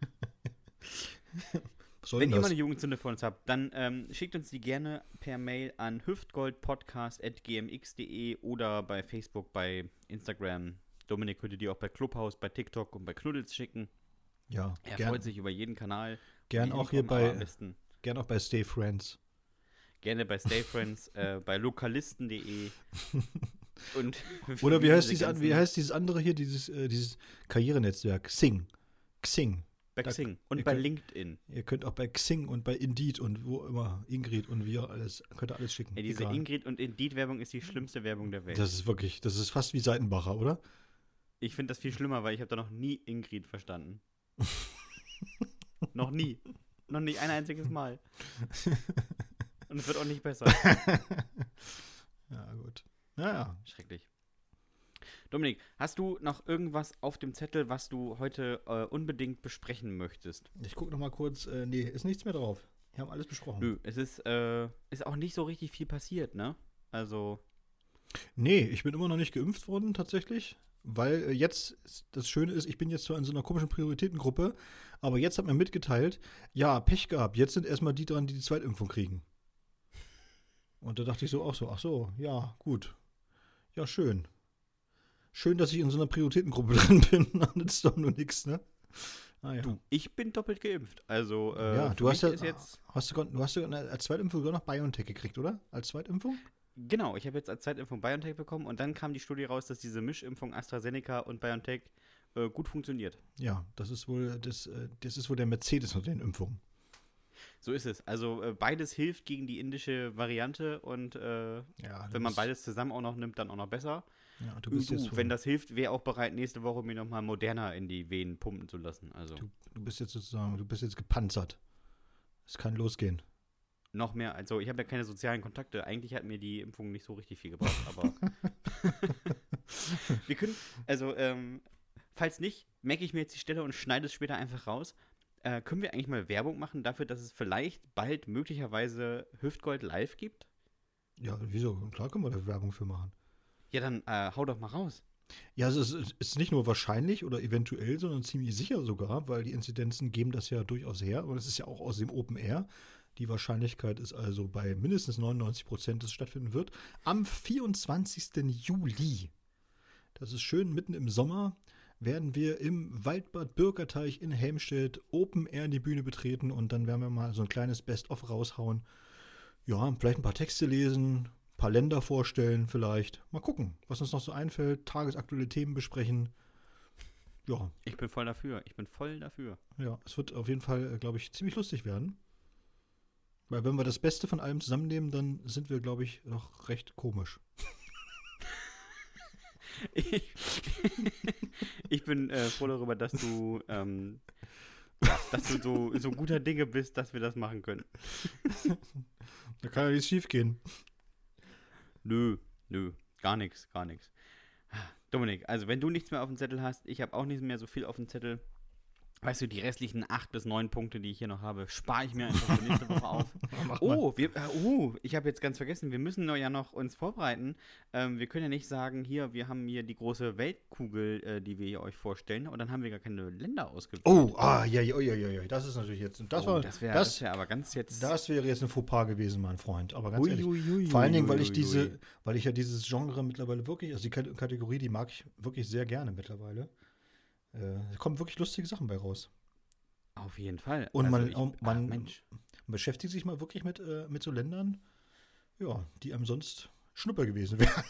Was soll Wenn denn ihr mal das? eine Jugendsünde von uns habt, dann ähm, schickt uns die gerne per Mail an hüftgoldpodcast at g m x punkt de oder bei Facebook, bei Instagram. Dominik könnte die auch bei Clubhouse, bei TikTok und bei Knuddels schicken. Ja, Er gern, freut sich über jeden Kanal. gern die auch hier hinkommen, aber am bei, besten gern auch bei Stay Friends. gerne bei Stayfriends, äh, bei lokalisten punkt de. Und Oder wie heißt, diese dieses, an- wie ganzen- heißt dieses andere hier, dieses, äh, dieses Karrierenetzwerk? Xing. Xing. Bei da- Xing und ihr bei könnt- LinkedIn. Ihr könnt auch bei Xing und bei Indeed und wo immer, Ingrid und wir alles, könnt ihr alles schicken. Ey, diese Egal. Ingrid und Indeed-Werbung ist die schlimmste Werbung der Welt. Das ist wirklich, das ist fast wie Seitenbacher, oder? Ich finde das viel schlimmer, weil ich habe da noch nie Ingrid verstanden. Noch nie. Noch nicht ein einziges Mal. Und es wird auch nicht besser. Ja, gut. Naja. Schrecklich. Dominik, hast du noch irgendwas auf dem Zettel, was du heute äh, unbedingt besprechen möchtest? Ich gucke noch mal kurz. Äh, nee, ist nichts mehr drauf. Wir haben alles besprochen. Nö, es ist, äh, ist auch nicht so richtig viel passiert, ne? Also, Nee, ich bin immer noch nicht geimpft worden, tatsächlich. Weil äh, jetzt, das Schöne ist, ich bin jetzt zwar in so einer komischen Prioritätengruppe, aber jetzt hat man mitgeteilt, ja, Pech gehabt, jetzt sind erstmal die dran, die die Zweitimpfung kriegen. Und da dachte ich so auch so, ach so, ja, gut. Ja, schön. Schön, dass ich in so einer Prioritätengruppe drin bin. Das nützt doch nur nichts, ne? Ah, ja. du, ich bin doppelt geimpft. Also, äh, ja, für du hast mich ja, ist jetzt. hast du, du hast ja als Zweitimpfung sogar noch BioNTech gekriegt, oder? Als Zweitimpfung? Genau, ich habe jetzt als Zweitimpfung BioNTech bekommen und dann kam die Studie raus, dass diese Mischimpfung AstraZeneca und BioNTech äh, gut funktioniert. Ja, das ist wohl das, äh, das ist wohl der Mercedes unter den Impfungen. So ist es. Also äh, beides hilft gegen die indische Variante und äh, Ja, du wenn man bist- beides zusammen auch noch nimmt, dann auch noch besser. Ja, du bist Du, jetzt wenn das hilft, wäre auch bereit, nächste Woche mir nochmal Moderna in die Venen pumpen zu lassen. Also du, du bist jetzt sozusagen, du bist jetzt gepanzert. Es kann losgehen. noch mehr. Also ich habe ja keine sozialen Kontakte. Eigentlich hat mir die Impfung nicht so richtig viel gebracht, aber wir können, also ähm, falls nicht, merke ich mir jetzt die Stelle und schneide es später einfach raus. Äh, können wir eigentlich mal Werbung machen dafür, dass es vielleicht bald möglicherweise Hüftgold live gibt? Ja, wieso? Klar können wir da Werbung für machen. Ja, dann äh, hau doch mal raus. Ja, also es ist- ist nicht nur wahrscheinlich oder eventuell, sondern ziemlich sicher sogar, weil die Inzidenzen geben das ja durchaus her. Und es ist ja auch aus dem Open Air. Die Wahrscheinlichkeit ist also bei mindestens neunundneunzig Prozent, dass es stattfinden wird. Am vierundzwanzigsten Juli, das ist schön mitten im Sommer, werden wir im Waldbad Bürgerteich in Helmstedt Open Air die Bühne betreten und dann werden wir mal so ein kleines Best-of raushauen. Ja, vielleicht ein paar Texte lesen, ein paar Länder vorstellen vielleicht. Mal gucken, was uns noch so einfällt, tagesaktuelle Themen besprechen. Ja, Ich bin voll dafür. Ich bin voll dafür. ja, es wird auf jeden Fall, glaube ich, ziemlich lustig werden. Weil wenn wir das Beste von allem zusammennehmen, dann sind wir, glaube ich, noch recht komisch. Ich, ich bin äh, froh darüber, dass du, ähm, ja, dass du so, so guter Dinge bist, dass wir das machen können. Da kann ja nichts schief gehen. Nö, nö, gar nichts, gar nichts. Dominik, also wenn du nichts mehr auf dem Zettel hast, ich habe auch nicht mehr so viel auf dem Zettel. Weißt du, die restlichen acht bis neun Punkte, die ich hier noch habe, spare ich mir einfach für nächste Woche auf. Mach mal. Oh, wir, äh, oh, ich habe jetzt ganz vergessen, wir müssen noch ja noch uns vorbereiten. Ähm, wir können ja nicht sagen, hier, wir haben hier die große Weltkugel, äh, die wir hier euch vorstellen, und dann haben wir gar keine Länder ausgewählt. Oh, ah, ja, ja, ja, ja, ja, das ist natürlich jetzt. Das, Oh, war, das wäre das, das wär aber ganz jetzt. das wäre jetzt ein Fauxpas gewesen, mein Freund. Aber ganz Ui, ehrlich. ui, ui, Vor allen Dingen, ui, weil ich ui, diese, ui. weil ich ja dieses Genre mittlerweile wirklich, also die Kat- Kategorie, die mag ich wirklich sehr gerne mittlerweile. Äh, da kommen wirklich lustige Sachen bei raus. Auf jeden Fall. Und Also man, ich, auch- ach, man, Mensch. man beschäftigt sich mal wirklich mit, äh, mit so Ländern, ja, die einem sonst Schnupper gewesen wären.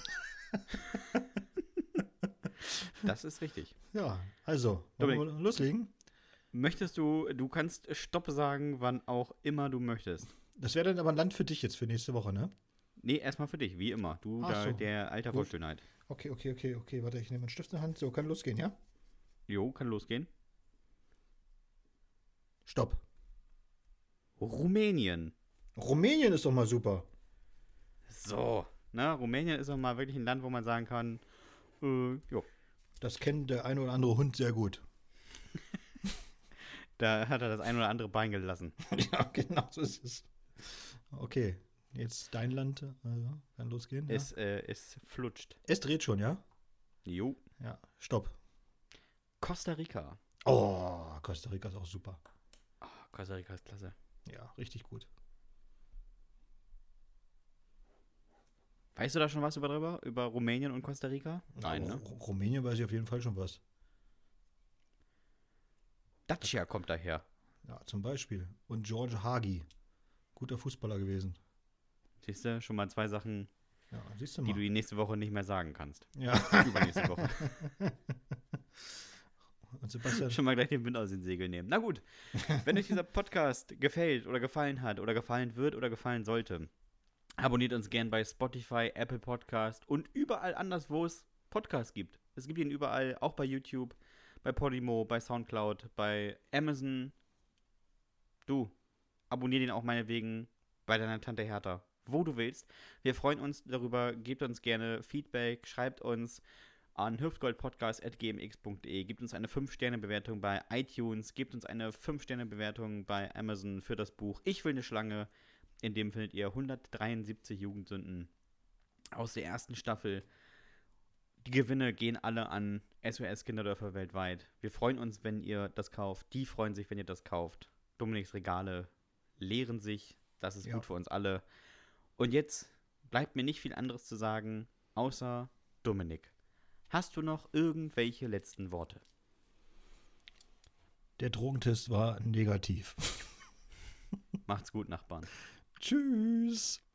Das ist richtig. Ja, also, wollen wir mal loslegen? Möchtest du, du kannst Stopp sagen, wann auch immer du möchtest. Das wäre dann aber ein Land für dich jetzt für nächste Woche, ne? Nee, erstmal für dich, wie immer. Du, Ach da, so. der Alter vor Gut. Schönheit. Okay, okay, okay, okay, warte, ich nehme einen Stift in die Hand. So, kann losgehen, ja? Jo, kann losgehen. Stopp. Rumänien. Rumänien ist doch mal super. So, ne, Rumänien ist doch mal wirklich ein Land, wo man sagen kann, äh, jo, Das kennt der eine oder andere Hund sehr gut. da hat er das ein oder andere Bein gelassen. Ja, genau, so ist es. Okay, jetzt dein Land, also kann losgehen. Ja. Es, äh, es flutscht. Es dreht schon, ja? Jo. Ja, stopp. Costa Rica. Oh, Costa Rica ist auch super. Oh, Costa Rica ist klasse. Ja, richtig gut. Weißt du da schon was über drüber? Über Rumänien und Costa Rica? Nein, ne? Ru- Rumänien weiß ich auf jeden Fall schon was. Dacia kommt daher. Ja, zum Beispiel. Und George Hagi. Guter Fußballer gewesen. Siehst du, schon mal zwei Sachen, Ja, siehst du die mal. du die nächste Woche nicht mehr sagen kannst. ja. Übernächste Woche. Und Sebastian, Schon mal gleich den Wind aus den Segeln nehmen. Na gut, wenn euch dieser Podcast gefällt oder gefallen hat oder gefallen wird oder gefallen sollte, abonniert uns gern bei Spotify, Apple Podcast und überall anders, wo es Podcasts gibt. Es gibt ihn überall, auch bei YouTube, bei Podimo, bei Soundcloud, bei Amazon. Du, abonnier den auch meinetwegen bei deiner Tante Hertha, wo du willst. Wir freuen uns darüber, gebt uns gerne Feedback, schreibt uns an hüftgoldpodcast at g m x punkt d e, gebt uns eine fünf Sterne Bewertung bei iTunes, gebt uns eine fünf Sterne Bewertung bei Amazon für das Buch Ich will eine Schlange. In dem findet ihr hundertdreiundsiebzig Jugendsünden aus der ersten Staffel. Die Gewinne gehen alle an S O S Kinderdörfer weltweit. Wir freuen uns, wenn ihr das kauft. Die freuen sich, wenn ihr das kauft. Dominiks Regale leeren sich. Das ist Ja. gut für uns alle. Und jetzt bleibt mir nicht viel anderes zu sagen, außer Dominik. Hast du noch irgendwelche letzten Worte? der Drogentest war negativ. Macht's gut, Nachbarn. Tschüss.